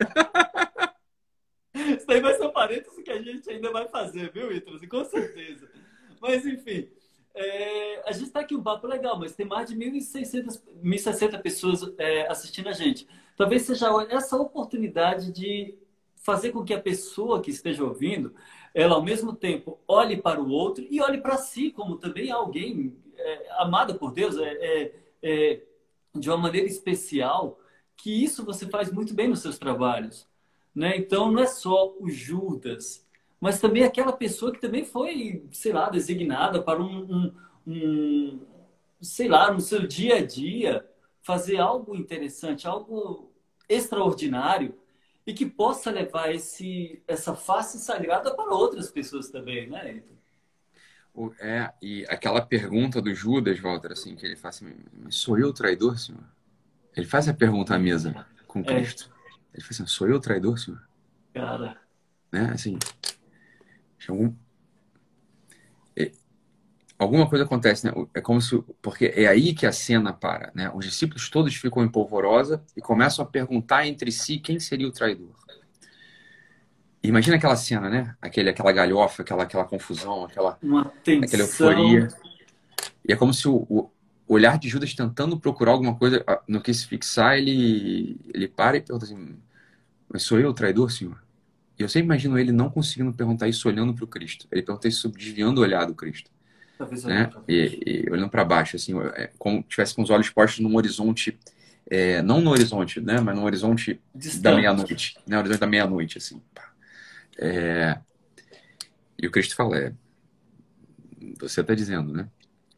Isso daí vai ser um parênteses que a gente ainda vai fazer, viu, Ítalo? Com certeza. Mas, enfim, é, a gente está aqui um papo legal, mas tem mais de mil e seiscentas, mil e sessenta pessoas é, assistindo a gente. Talvez seja essa oportunidade de fazer com que a pessoa que esteja ouvindo, ela ao mesmo tempo olhe para o outro e olhe para si como também alguém é, amada por Deus, é, é, é, de uma maneira especial, que isso você faz muito bem nos seus trabalhos. Né? Então, não é só o Judas, mas também aquela pessoa que também foi, sei lá, designada para um, um, um, sei lá, no seu dia a dia, fazer algo interessante, algo extraordinário e que possa levar esse, essa face sagrada para outras pessoas também, né, Heitor? O- É, e aquela pergunta do Judas, Walter, assim, que ele faz assim, mas sou eu o traidor, senhor? Ele faz a pergunta à mesa com É, Cristo. Ele faz assim, sou eu o traidor, senhor? cara, Né? Assim, algum, é, alguma coisa acontece, né? É como se, porque é aí que a cena para, né? Os discípulos todos ficam em polvorosa e começam a perguntar entre si quem seria o traidor. Imagina aquela cena, né? Aquele, aquela galhofa, aquela, aquela confusão, aquela, uma aquela tensão. euforia. E é como se o, o olhar de Judas tentando procurar alguma coisa ah, no que se fixar, ele, ele para e pergunta assim, mas sou eu o traidor, senhor? E eu sempre imagino ele não conseguindo perguntar isso olhando para o Cristo. Ele pergunta isso desviando o olhar do Cristo, Talvez olhando né? para baixo. E, e olhando para baixo, assim, é, como se tivesse com os olhos postos num horizonte, é, não no horizonte, né? Mas no horizonte da Distante. meia-noite, né? O horizonte da meia-noite, assim. É, e o Cristo fala, é, você está dizendo, né?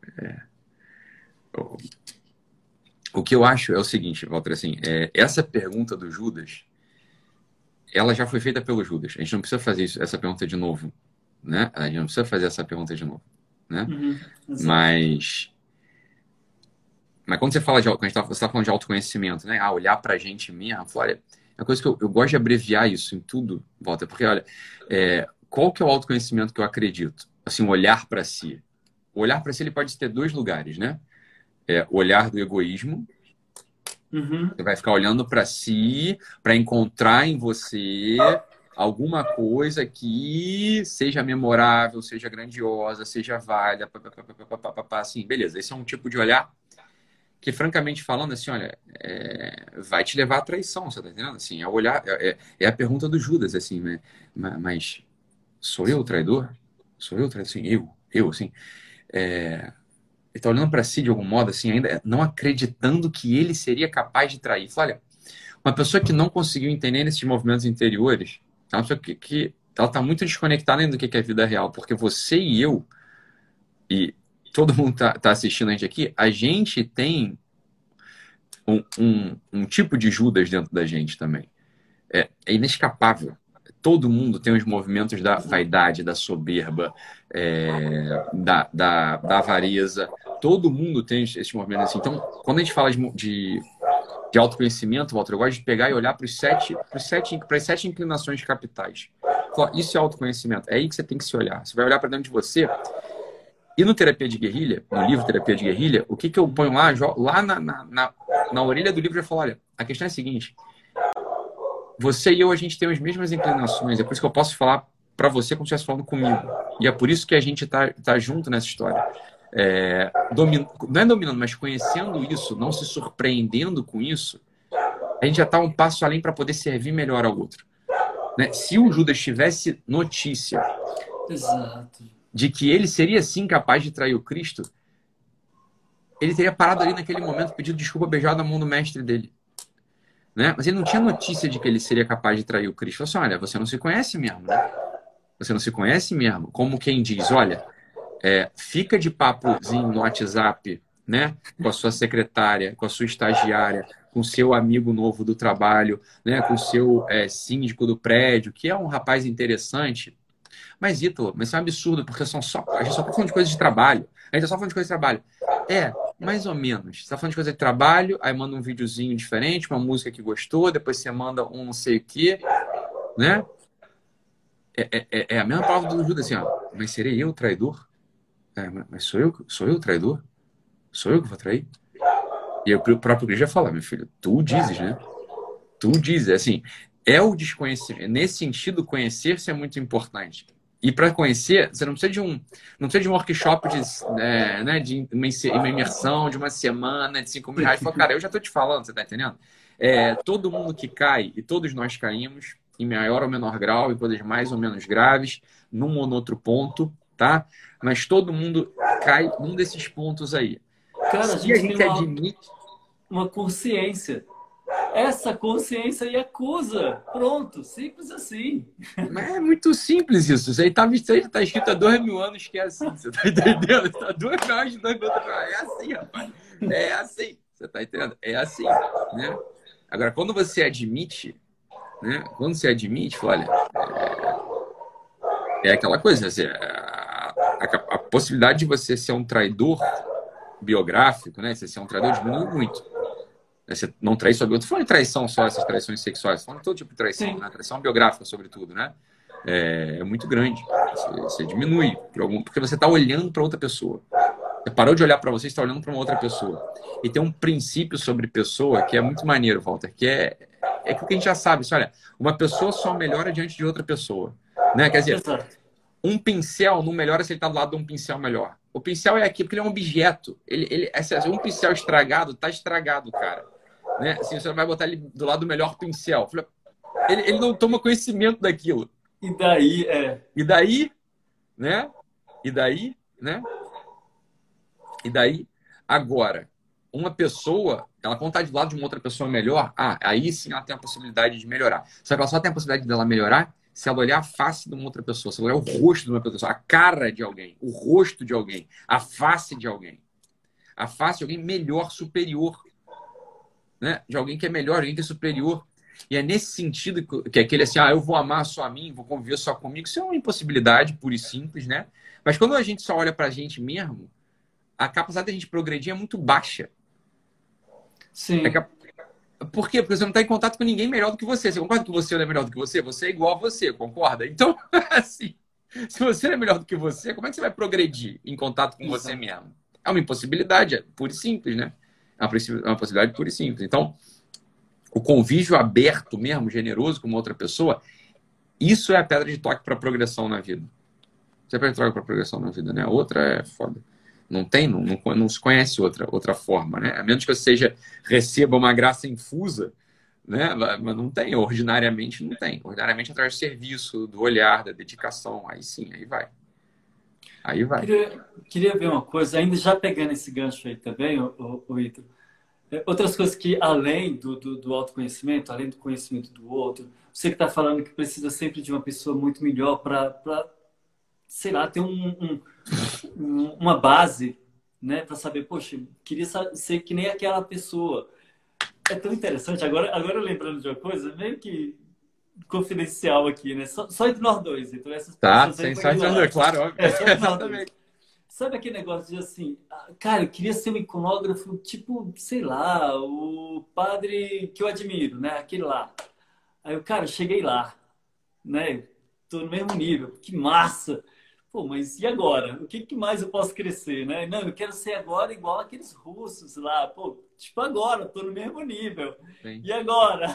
O, o que eu acho é o seguinte, Walter, assim, é, essa pergunta do Judas, ela já foi feita pelo Judas. A gente não precisa fazer isso, essa pergunta de novo, né? A gente não precisa fazer essa pergunta de novo, né? Uhum, exato. Mas, mas quando você fala de, quando a gente tá, você está falando de autoconhecimento, né? Ah, olhar pra gente mesmo, olha, é uma coisa que eu, eu gosto de abreviar isso em tudo, Walter, porque olha, é, qual que é o autoconhecimento que eu acredito? Assim, o olhar para si. O olhar para si ele pode ter dois lugares, né? É, o olhar do egoísmo. Uhum. Você vai ficar olhando para si, para encontrar em você alguma coisa que seja memorável, seja grandiosa, seja válida, pá, pá, pá, pá, pá, pá, pá, pá, assim, beleza. Esse é um tipo de olhar que, francamente falando, assim, olha, é, vai te levar à traição, você tá entendendo? Assim, é o olhar, é, é é a pergunta do Judas, assim, né? Ma- Mas sou eu o traidor? Sou eu o traidor? Assim, eu, eu, assim. É, ele está olhando para si de algum modo, assim, ainda não acreditando que ele seria capaz de trair. Fala, olha, uma pessoa que não conseguiu entender esses movimentos interiores, é uma pessoa que, que ela está muito desconectada ainda do que é a vida real, porque você e eu, e todo mundo está tá assistindo a gente aqui, a gente tem um, um, um tipo de Judas dentro da gente também. É, é inescapável. Todo mundo tem os movimentos da vaidade, da soberba, é, da, da, da avareza. Todo mundo tem esses movimentos assim. Então, quando a gente fala de, de, de autoconhecimento, Walter, eu gosto de pegar e olhar para os sete, para os sete, para as sete inclinações capitais. Falar, isso é autoconhecimento. É aí que você tem que se olhar. Você vai olhar para dentro de você E no Terapia de Guerrilha, no livro Terapia de Guerrilha, o que, que eu ponho lá? Lá na, na, na, na orelha do livro eu falo, olha, a questão é a seguinte, você e eu, a gente tem as mesmas inclinações, é por isso que eu posso falar para você como se estivesse falando comigo. E é por isso que a gente tá, tá junto nessa história. É, domin... Não é dominando, mas conhecendo isso, não se surpreendendo com isso, a gente já está um passo além para poder servir melhor ao outro. Né? Se o Judas tivesse notícia Exato. de que ele seria sim capaz de trair o Cristo, ele teria parado ali naquele momento, pedido desculpa, beijado a mão do mestre dele. Né? Mas ele não tinha notícia de que ele seria capaz de trair o Cristo. Ele falou assim, olha, você não se conhece mesmo, né? Você não se conhece mesmo. Como quem diz, olha, é, fica de papozinho no WhatsApp, né? Com a sua secretária, com a sua estagiária, com o seu amigo novo do trabalho, né? Com o seu é, síndico do prédio, que é um rapaz interessante. Mas, Ítalo, mas isso é um absurdo, porque são só, a gente só tá falando de coisas de trabalho. A gente tá só falando de coisas de trabalho. É, mais ou menos. Você tá falando de coisa de trabalho, aí manda um videozinho diferente, uma música que gostou, depois você manda um não sei o quê, né? É, é, é a mesma palavra do Judas, assim, ó. Mas serei eu o traidor? É, mas sou eu, sou eu o traidor? Sou eu que vou trair? E aí o próprio Cristo já fala, meu filho, tu dizes, né? Tu dizes, assim, é o desconhecimento. Nesse sentido, conhecer-se é muito importante. E para conhecer, você não precisa de um, não precisa de um workshop de, é, né, de uma imersão de uma semana, de cinco mil reais. Fala, cara, eu já tô te falando, você tá entendendo? É, todo mundo que cai, e todos nós caímos, em maior ou menor grau, em coisas mais ou menos graves, num ou no outro ponto, tá? Mas todo mundo cai num desses pontos aí. Cara, a Se a gente tem gente uma, admite... uma consciência. Essa consciência aí acusa. Pronto, simples assim. Mas é muito simples isso. Isso aí tá, isso aí tá escrito há dois mil anos que é assim. Você tá entendendo? Tá dois mil anos, dois mil anos. É assim, rapaz. É assim. Você tá entendendo? É assim, né? Agora, quando você admite, né? Quando você admite, olha, é, é aquela coisa, assim, a, a, a possibilidade de você ser um traidor biográfico, né? Você ser um traidor diminui muito. Você não trair sua biografia. Não falando de traição só, essas traições sexuais. Falando de todo tipo de traição, né? Traição biográfica, sobretudo, né? É, é muito grande. Você, você diminui por algum, porque você está olhando para outra pessoa. Você parou de olhar para você e está olhando para uma outra pessoa. E tem um princípio sobre pessoa que é muito maneiro, Walter, que é, é que o que a gente já sabe. Assim, olha, uma pessoa só melhora diante de outra pessoa. Né? Quer dizer, Exato. um pincel não melhora se ele está do lado de um pincel melhor. O pincel é aqui porque ele é um objeto. Ele, ele, assim, um pincel estragado, está estragado, cara. Né? Assim, você vai botar ele do lado do melhor pincel. Ele, ele não toma conhecimento daquilo. E daí, é... E daí, né? E daí, né? E daí, agora, uma pessoa, ela quando está do lado de uma outra pessoa melhor, ah, aí sim ela tem a possibilidade de melhorar. Só que ela só tem a possibilidade dela melhorar se ela olhar a face de uma outra pessoa, se ela olhar o rosto de uma outra pessoa, a cara de alguém, o rosto de alguém, a face de alguém. A face de alguém melhor, superior. Né? De alguém que é melhor, de alguém que é superior. E é nesse sentido que é aquele assim, ah, eu vou amar só a mim, vou conviver só comigo. Isso é uma impossibilidade pura e simples, né? Mas quando a gente só olha pra gente mesmo, a capacidade da gente progredir é muito baixa. Sim. É que a... Por quê? Porque você não está em contato com ninguém melhor do que você. Você concorda que você não é melhor do que você? Você é igual a você, concorda? Então, assim, se você não é melhor do que você, como é que você vai progredir em contato com você mesmo? É uma impossibilidade, é pura e simples, né? É uma possibilidade pura e simples. Então, o convívio aberto mesmo, generoso com uma outra pessoa, isso é a pedra de toque para progressão na vida. Isso é a pedra de toque para progressão na vida, né? A outra é foda. Não tem, não, não, não se conhece outra, outra forma, né? A menos que você seja, receba uma graça infusa, né? Mas não tem, ordinariamente não tem. Ordinariamente através do serviço, do olhar, da dedicação. Aí sim, aí vai. Aí vai. Queria, queria ver uma coisa, ainda já pegando esse gancho aí também, o, o, o Ítalo. Outras coisas que, além do, do, do autoconhecimento, além do conhecimento do outro, você que está falando que precisa sempre de uma pessoa muito melhor para, sei lá, ter um, um, uma base, né? Para saber, poxa, queria ser que nem aquela pessoa. É tão interessante. Agora, agora lembrando de uma coisa, meio que confidencial aqui, né? Só, só entre nós dois. Então essas tá, sem só entre nós dois, claro, óbvio. É, só entre nós dois. Sabe aquele negócio de assim, cara, eu queria ser um iconógrafo, tipo, sei lá, o padre que eu admiro, né? Aquele lá. Aí eu, cara, cheguei lá, né? Tô no mesmo nível, que massa! Pô, mas e agora? O que, que mais eu posso crescer, né? Não, eu quero ser agora igual aqueles russos lá. Pô, tipo agora, tô no mesmo nível. Sim. E agora?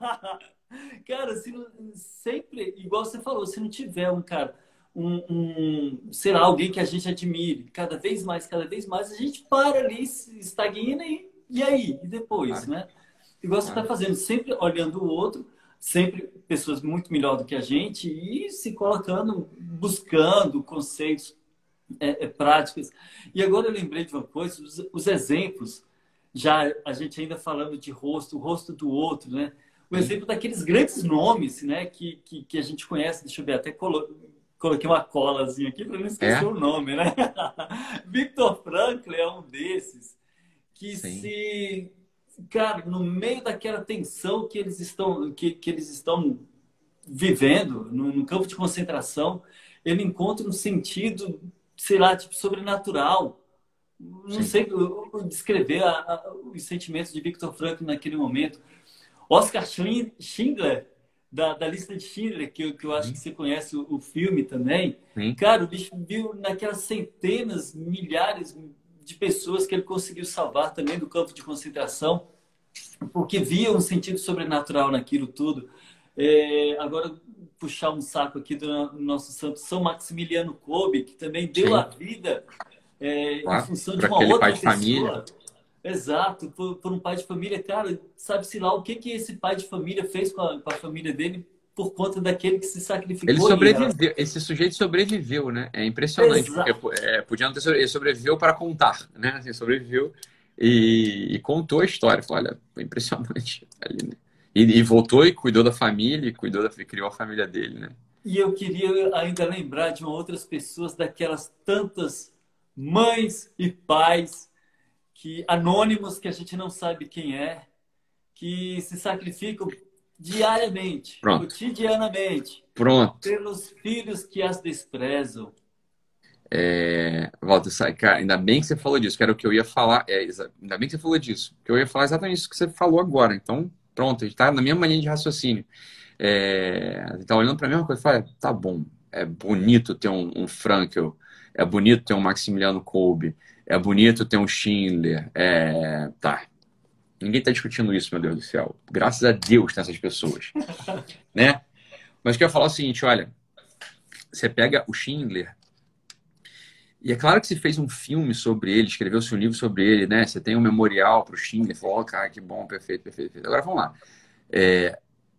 Cara, se não, sempre, igual você falou, se não tiver um cara, um, um, sei lá, alguém que a gente admire, cada vez mais, cada vez mais, a gente para ali, se estagna e, e aí? E depois, Claro, né? Igual você está claro. fazendo, sempre olhando o outro, sempre pessoas muito melhor do que a gente e se colocando, buscando conceitos, é, é, práticas. E agora eu lembrei de uma coisa, os, os exemplos, já a gente ainda falando de rosto, o rosto do outro, né? O Sim. exemplo daqueles grandes nomes, né? Que, que, que a gente conhece, deixa eu ver, até colo, coloquei uma colazinha aqui para não esquecer É? o nome, né? Victor Frankl é um desses que Sim. se, cara, no meio daquela tensão que eles estão, que, que eles estão vivendo no, no campo de concentração, ele encontra um sentido, sei lá, tipo sobrenatural. Não Sim. sei descrever a, a, os sentimentos de Viktor Frankl naquele momento. Oscar Schindler, da, da lista de Schindler, que, eu- que eu acho que Sim. você conhece o, o filme também. Sim. Cara, o bicho viu naquelas centenas, milhares de pessoas que ele conseguiu salvar também do campo de concentração, porque via um sentido sobrenatural naquilo tudo. É, agora, puxar um saco aqui do nosso santo São Maximiliano Kolbe, que também deu a Sim. vida é, em Claro. função Para de uma aquele pai outra de família. pessoa. Exato, por, por um pai de família. Cara, sabe-se lá o que, que esse pai de família fez com a, com a família dele por conta daquele que se Ele sacrificou em relação. sobreviveu, esse sujeito sobreviveu, né? É impressionante, porque Exato. é, podia não ter sobre- ele sobreviveu para contar, né? Assim, sobreviveu e, e contou a história. Falou, olha, foi impressionante ali, né? E, e voltou e cuidou da família, e cuidou da, criou a família dele, né? E eu queria ainda lembrar de outras pessoas, daquelas tantas mães e pais que anônimos que a gente não sabe quem é, que se sacrificam diariamente, Pronto, cotidianamente, pronto. pelos filhos que as desprezam. É, Walter, sai, cara, ainda bem que você falou disso, que era o que eu ia falar. É, exa- ainda bem que você falou disso, que eu ia falar exatamente isso que você falou agora. Então, pronto, a gente tá na mesma linha de raciocínio. É, a gente tá olhando para a mesma coisa e fala, tá bom, é bonito ter um, um Frankel, é bonito ter um Maximiliano Kolbe, é bonito ter um Schindler, é, tá. Ninguém tá discutindo isso, meu Deus do céu. Graças a Deus tem essas pessoas, né? Mas eu quero falar o seguinte, olha, você pega o Schindler. E é claro que se fez um filme sobre ele, escreveu-se um livro sobre ele, né? Você tem um memorial para o Schindler, falou, oh, cara, que bom, perfeito, perfeito, perfeito. Agora vamos lá. É,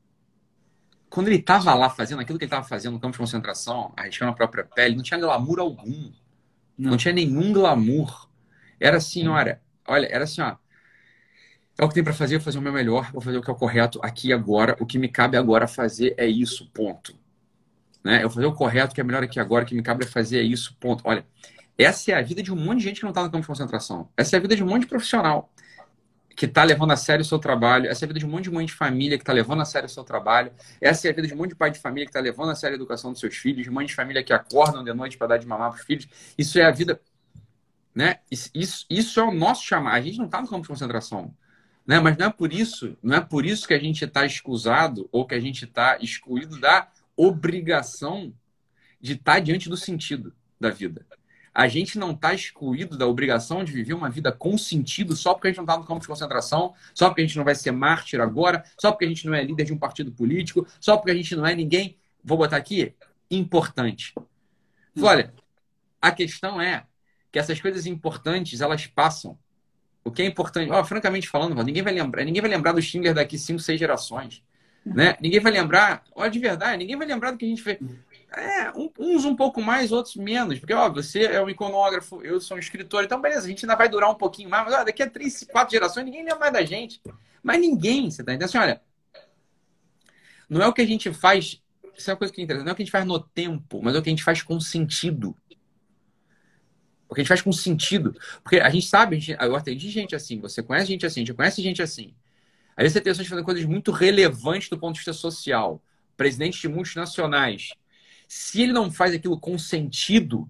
quando ele estava lá fazendo aquilo que ele estava fazendo no campo de concentração, arriscando a própria pele, não tinha glamour algum. Não Não. tinha nenhum glamour. Era assim, olha, olha, era assim, ó. É o que tem para fazer, vou fazer o meu melhor, vou fazer o que é o correto aqui e agora. O que me cabe agora fazer é isso, ponto. Né? Eu vou fazer o correto, o que é melhor aqui e agora, o que me cabe fazer é isso, ponto. Olha, essa é a vida de um monte de gente que não está no campo de concentração. Essa é a vida de um monte de profissional que está levando a sério o seu trabalho. Essa é a vida de um monte de mãe de família que está levando a sério o seu trabalho. Essa é a vida de um monte de pai de família que está levando a sério a educação dos seus filhos, de mãe de família que acordam de noite para dar de mamar para os filhos. Isso é a vida, né? Isso, isso, isso é o nosso chamado. A gente não está no campo de concentração, né? Mas não é por isso, não é por isso que a gente está excusado ou que a gente está excluído da obrigação de estar diante do sentido da vida. A gente não está excluído da obrigação de viver uma vida com sentido só porque a gente não está no campo de concentração, só porque a gente não vai ser mártir agora, só porque a gente não é líder de um partido político, só porque a gente não é ninguém, vou botar aqui, importante. Olha, a questão é que essas coisas importantes, elas passam. O que é importante, oh, francamente falando, ninguém vai lembrar, ninguém vai lembrar do Schindler daqui cinco, seis gerações. Né? Ninguém vai lembrar, olha de verdade, ninguém vai lembrar do que a gente fez. É, uns um pouco mais, outros menos. Porque, ó, você é um iconógrafo, eu sou um escritor, então beleza, a gente ainda vai durar um pouquinho mais, mas ó, daqui a três, quatro gerações ninguém lembra mais da gente. Mas ninguém, você tá entendendo? Assim, olha, não é o que a gente faz, isso é uma coisa que é interessante, não é o que a gente faz no tempo, mas é o que a gente faz com sentido. O que a gente faz com sentido. Porque a gente sabe, a gente, eu atendi gente assim, você conhece gente assim, a gente conhece gente assim. Às vezes você tem pessoas fazendo coisas muito relevantes do ponto de vista social, presidentes de multinacionais. Se ele não faz aquilo com sentido,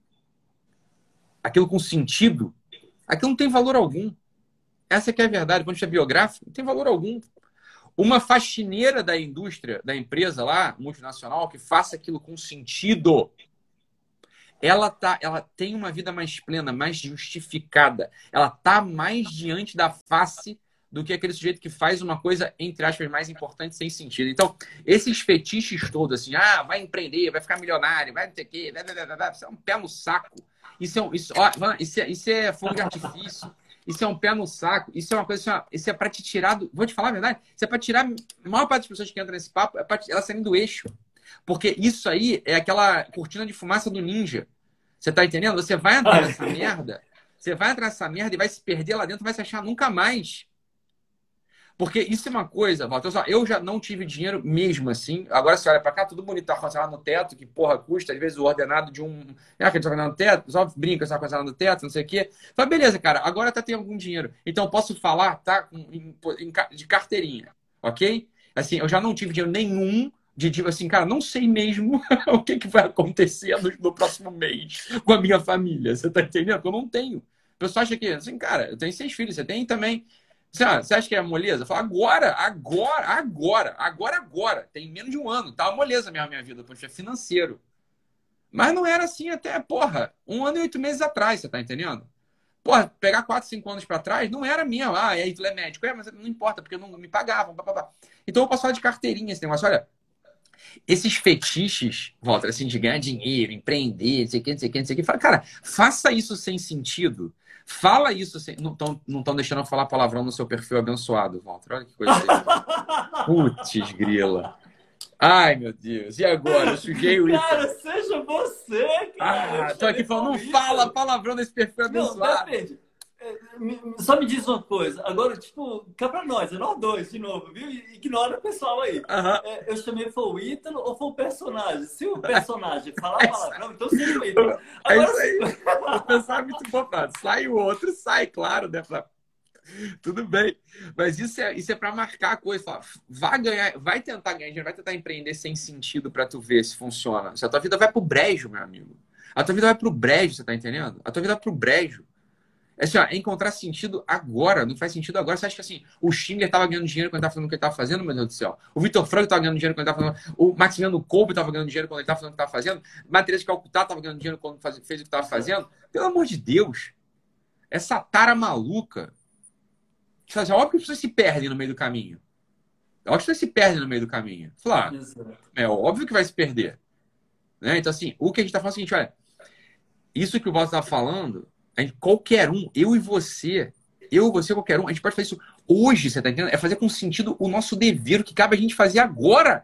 aquilo com sentido, aquilo não tem valor algum. Essa que é a verdade. Quando a gente é biográfico, não tem valor algum. Uma faxineira da indústria, da empresa lá, multinacional, que faça aquilo com sentido, ela tá, ela tem uma vida mais plena, mais justificada. Ela tá mais diante da face do que aquele sujeito que faz uma coisa, entre aspas, mais importante sem sentido. Então, esses fetiches todos, assim, ah, vai empreender, vai ficar milionário, vai não sei o quê, blá, blá, blá, blá, isso é um pé no saco. Isso é, um, isso, ó, isso, é, isso é fogo de artifício. Isso é um pé no saco. Isso é uma coisa assim, ó, isso é pra te tirar do... Vou te falar a verdade. Isso é pra tirar... A maior parte das pessoas que entram nesse papo é pra elas saírem do eixo. Porque isso aí é aquela cortina de fumaça do ninja. Você tá entendendo? Você vai entrar nessa merda, você vai entrar nessa merda e vai se perder lá dentro, vai se achar nunca mais. Porque isso é uma coisa, Walter, eu já não tive dinheiro mesmo assim. Agora você olha pra cá, tudo bonito, tá com no teto, que porra custa, às vezes o ordenado de um... É aquele que tá no teto, só brinca, só com no teto, não sei o quê. Fala, beleza, cara, agora tá tendo algum dinheiro. Então eu posso falar, tá, em, em, de carteirinha, ok? Assim, eu já não tive dinheiro nenhum de tipo assim, cara, não sei mesmo o que, que vai acontecer no, no próximo mês com a minha família. Você tá entendendo? Porque eu não tenho. O pessoal acha que, assim, cara, eu tenho seis filhos, você tem também. Você, você acha que é moleza? Eu falo, agora, agora, agora, agora, agora. Tem menos de um ano. Tá uma moleza mesmo a minha vida, porque é financeiro. Mas não era assim até, porra, um ano e oito meses atrás, você tá entendendo? Porra, pegar quatro, cinco anos pra trás, não era minha. Ah, e aí tu é médico. É, mas não importa, porque não me pagavam. Pá, pá, pá. Então eu posso falar de carteirinha esse negócio. Olha, esses fetiches, Walter, assim, de ganhar dinheiro, empreender, não sei o que, não sei o que, não sei o que. Fala, cara, faça isso sem sentido. Fala isso sem... Não estão não tão deixando eu falar palavrão no seu perfil abençoado, Walter. Olha que coisa. Putz, grila. Ai, meu Deus. E agora? Eu sujei o Cara, seja você, cara. Ah, tô aqui falando, não fala palavrão nesse perfil abençoado. Não, depende. Só me diz uma coisa. Agora, tipo, cá pra nós, é nós dois de novo, viu? Ignora o pessoal aí. Uhum. É, eu chamei, foi o Ítalo ou foi o personagem? Se o personagem falar palavrão, então seja o Ítalo. Agora, é isso aí. O pessoal é muito bobado. Sai o outro, sai, claro, né? Pra... Tudo bem. Mas isso é, isso é pra marcar a coisa. Fala, vai ganhar, vai tentar ganhar dinheiro, vai tentar empreender sem sentido pra tu ver se funciona. Se a tua vida vai pro brejo, meu amigo. A tua vida vai pro brejo, você tá entendendo? A tua vida vai pro brejo. É assim, ó, é encontrar sentido agora, não faz sentido agora. Você acha que assim, o Schindler estava ganhando dinheiro quando ele estava fazendo o que ele estava fazendo, meu Deus do céu? O Vitor Franco estava ganhando dinheiro quando ele estava fazendo. O Maximiliano Kolbe estava ganhando dinheiro quando ele estava fazendo o que estava fazendo. Matheus de Calcutá estava ganhando dinheiro quando faz, fez o que estava fazendo. Pelo amor de Deus, essa tara maluca. É óbvio que as pessoas se perdem no meio do caminho. É óbvio que as pessoas se perdem no meio do caminho. Claro, é óbvio que vai se perder. Né? Então, assim, o que a gente está falando é o seguinte: olha, isso que o Walter está falando. A gente, qualquer um, eu e você, eu e você, qualquer um, a gente pode fazer isso hoje, você tá entendendo? É fazer com sentido o nosso dever, o que cabe a gente fazer agora.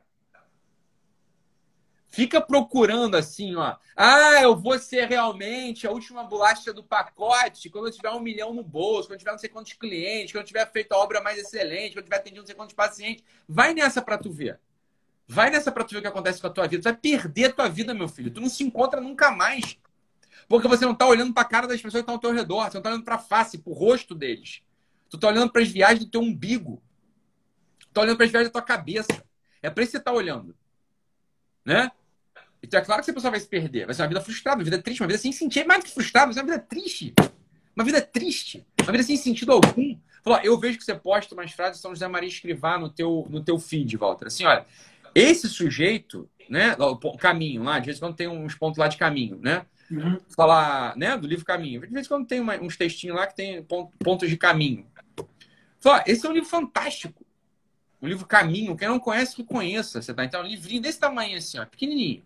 Fica procurando assim, ó. Ah, eu vou ser realmente a última bolacha do pacote quando eu tiver um milhão no bolso, quando eu tiver não sei quantos clientes, quando eu tiver feito a obra mais excelente, quando eu tiver atendido não sei quantos pacientes. Vai nessa pra tu ver. Vai nessa pra tu ver o que acontece com a tua vida. Tu vai perder a tua vida, meu filho. Tu não se encontra nunca mais. Porque você não está olhando para a cara das pessoas que estão ao teu redor. Você não está olhando para a face, para o rosto deles. Tu está olhando para as viagens do teu umbigo. Tu está olhando para as viagens da tua cabeça. É para isso que você está olhando. Né? Então é claro que essa pessoa vai se perder. Vai ser uma vida frustrada, uma vida triste, uma vida sem sentido. É mais do que frustrada, vai ser uma vida triste. Uma vida triste. Uma vida sem sentido algum. Falou, eu vejo que você posta umas frases de São José Maria Escrivá no teu, no teu feed, Walter. Assim, olha, esse sujeito, né? O caminho lá, de vez em quando tem uns pontos lá de caminho, né? Uhum. Falar, né, do livro Caminho. De vez em quando tem uma, uns textinhos lá que tem pontos de caminho. Fala, esse é um livro fantástico. O livro Caminho. Quem não conhece, que conheça. Você tá? Então, é um livrinho desse tamanho assim, ó, pequenininho.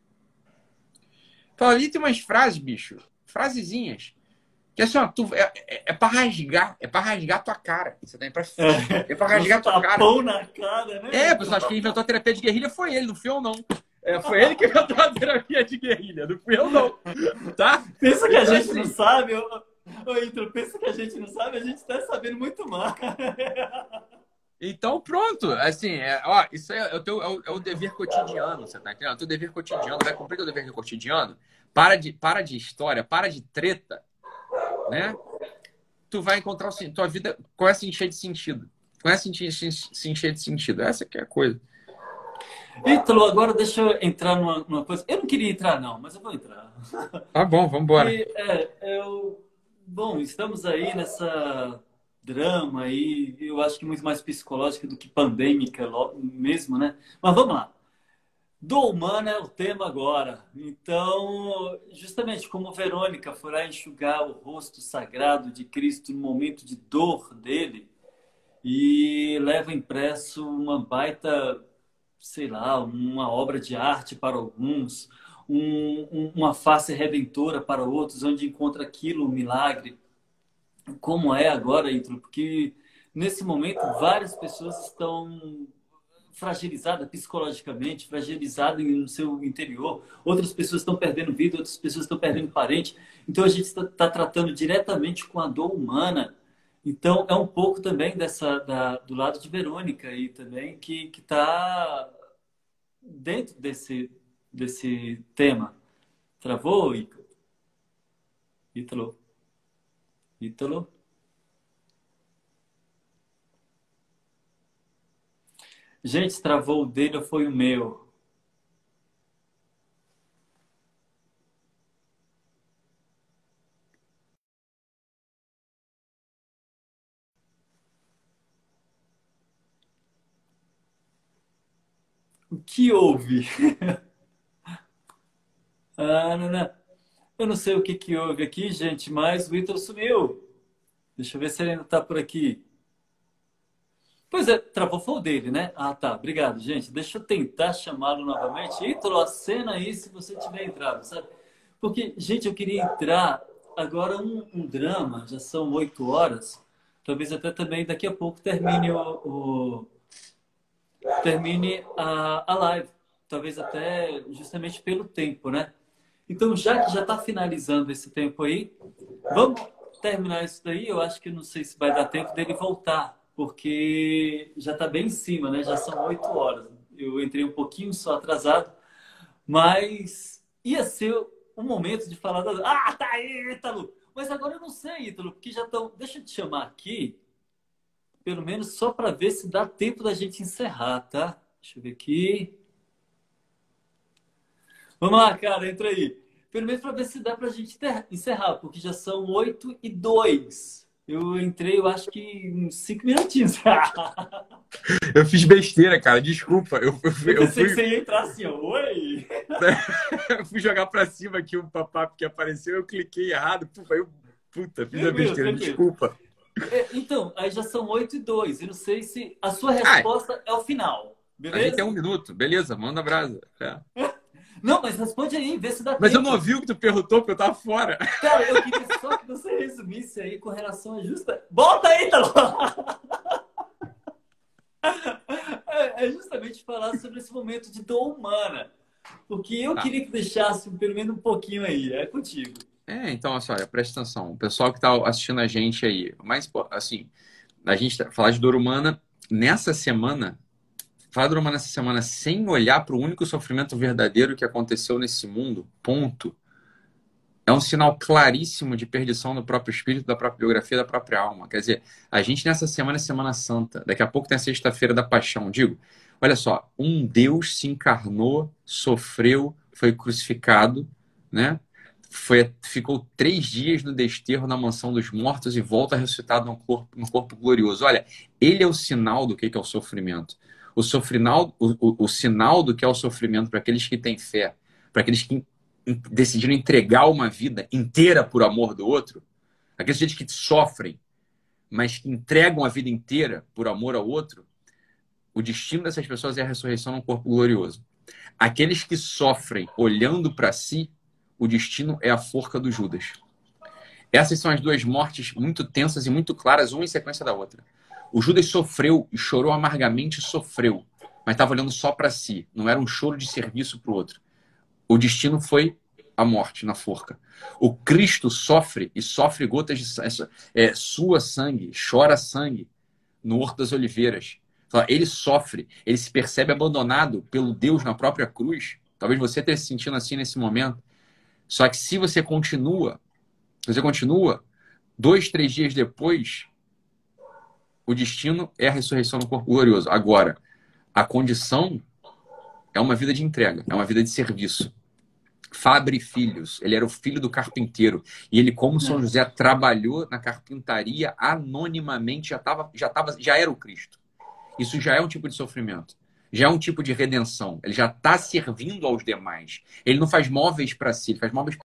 Fala, ali tem umas frases, bicho. Frasezinhas. Que assim, ó, tu, é, é, é pra rasgar. É pra rasgar tua cara. Você tá? É pra, é pra rasgar tua cara. Pão na cara, né? É, pessoal, acho que quem inventou a terapia de guerrilha foi ele, não fui eu, não. É, foi ele que inventou a terapia de guerrilha, não fui eu, não. Tá? Pensa que a gente assim... não sabe, ô, ô Ítalo, pensa que a gente não sabe, a gente tá sabendo muito mais. Então, pronto. Assim, é, ó, isso é, é, o teu, é, o, é o dever cotidiano, você tá entendendo? É o teu dever cotidiano, vai cumprir teu dever cotidiano. Para de, para de história, para de treta, né? Tu vai encontrar o, tua vida começa a encher de sentido. Começa a encher, se encher de sentido. Essa que é a coisa. Ítalo, agora deixa eu entrar numa, numa coisa. Eu não queria entrar, não, mas eu vou entrar. Tá bom, vamos embora. E, é, eu... Bom, estamos aí nessa drama aí, eu acho que muito mais psicológica do que pandêmica mesmo, né? Mas vamos lá. Do humano é o tema agora. Então, justamente como Verônica foi lá enxugar o rosto sagrado de Cristo no momento de dor dele e leva impresso uma baita, sei lá, uma obra de arte para alguns, um- um- uma face redentora para outros, onde encontra aquilo, um milagre. Como é agora, Ítalo? Porque nesse momento várias pessoas estão fragilizada psicologicamente, fragilizada no seu interior. Outras pessoas estão perdendo vida, outras pessoas estão perdendo parente. Então a gente está tá tratando diretamente com a dor humana. Então é um pouco também dessa da, do lado de Verônica aí também que que está dentro desse desse tema. Travou, Ítalo? Ítalo? Ítalo? Gente, travou o dele ou foi o meu? O que houve? Ah, não, não. Eu não sei o que que houve aqui, gente, mas o Ítalo sumiu. Deixa eu ver se ele ainda está por aqui. Pois é, travou foi o dele, né? Ah, tá. Obrigado, gente. Deixa eu tentar chamá-lo novamente. Ítalo, acena aí se você tiver entrado, sabe? Porque, gente, eu queria entrar agora um, um drama. Já são oito horas. Talvez até também daqui a pouco termine o, o- termine a, a live. Talvez até justamente pelo tempo, né? Então, já que já está finalizando esse tempo aí, vamos terminar isso daí. Eu acho que não sei se vai dar tempo dele voltar, porque já está bem em cima, né? Já são oito horas. Eu entrei um pouquinho só atrasado, mas ia ser o momento de falar da... Ah, tá aí, Ítalo! Mas agora eu não sei, Ítalo, porque já estão... Deixa eu te chamar aqui, pelo menos só para ver se dá tempo da gente encerrar, tá? Deixa eu ver aqui. Vamos lá, cara, entra aí. Pelo menos para ver se dá para a gente ter- encerrar, porque já são oito e dois. Eu entrei, eu acho que uns cinco minutinhos. Eu fiz besteira, cara. Desculpa. Eu, eu, fui, Eu eu pensei que fui, você ia entrar assim, ó. Oi! eu fui jogar pra cima aqui o papap que apareceu. Eu cliquei errado. Puf, aí eu, puta, fiz a Tranquilo, besteira. tranquilo. Desculpa. É, então, aí já são oito e dois. Eu não sei se a sua Ah, resposta é o final, a gente tem beleza? um minuto. Beleza, manda brasa. É. Não, mas responde aí, vê se dá Mas eu não tempo. ouvi o que tu perguntou, porque eu tava fora. Cara, eu queria só que você resumisse aí com relação a justa. Volta aí, Talo! É é justamente falar sobre esse momento de dor humana. Porque eu Tá. queria que deixasse pelo menos um pouquinho aí. É contigo. É, então, assim, olha, presta atenção. O pessoal que tá assistindo a gente aí, mas, assim, a gente tá- falar de dor humana nessa semana, falar de dor humana nessa semana sem olhar para o único sofrimento verdadeiro que aconteceu nesse mundo, ponto. É um sinal claríssimo de perdição do próprio espírito, da própria biografia, da própria alma. Quer dizer, a gente nessa semana é Semana Santa, daqui a pouco tem a Sexta-feira da Paixão. Digo, olha só, um Deus se encarnou, sofreu, foi crucificado, né? Foi, ficou três dias no desterro na mansão dos mortos e volta ressuscitado no corpo, no corpo glorioso. Olha, ele é o sinal do que é o sofrimento. O, sofrinal, o, o, o sinal do que é o sofrimento para aqueles que têm fé, para aqueles que decidiram entregar uma vida inteira por amor do outro, aqueles gente que sofrem, mas que entregam a vida inteira por amor ao outro, o destino dessas pessoas é a ressurreição num corpo glorioso. Aqueles que sofrem olhando para si, o destino é a forca do Judas. Essas são as duas mortes muito tensas e muito claras, uma em sequência da outra. O Judas sofreu e chorou amargamente, sofreu, mas estava olhando só para si, não era um choro de serviço para o outro. O destino foi a morte na forca. O Cristo sofre e sofre gotas de é, sua sangue, chora sangue no Horto das Oliveiras. Ele sofre, ele se percebe abandonado pelo Deus na própria cruz. Talvez você esteja se sentindo assim nesse momento. Só que se você continua, você continua, dois, três dias depois, o destino é a ressurreição no corpo glorioso. Agora, a condição é uma vida de entrega, é uma vida de serviço. Fabre Filhos, ele era o filho do carpinteiro. E ele, como São É. José, trabalhou na carpintaria anonimamente, já, tava, já, tava, já era o Cristo. Isso já é um tipo de sofrimento. já é um tipo de redenção. Ele já está servindo aos demais. Ele não faz móveis para si, ele faz móveis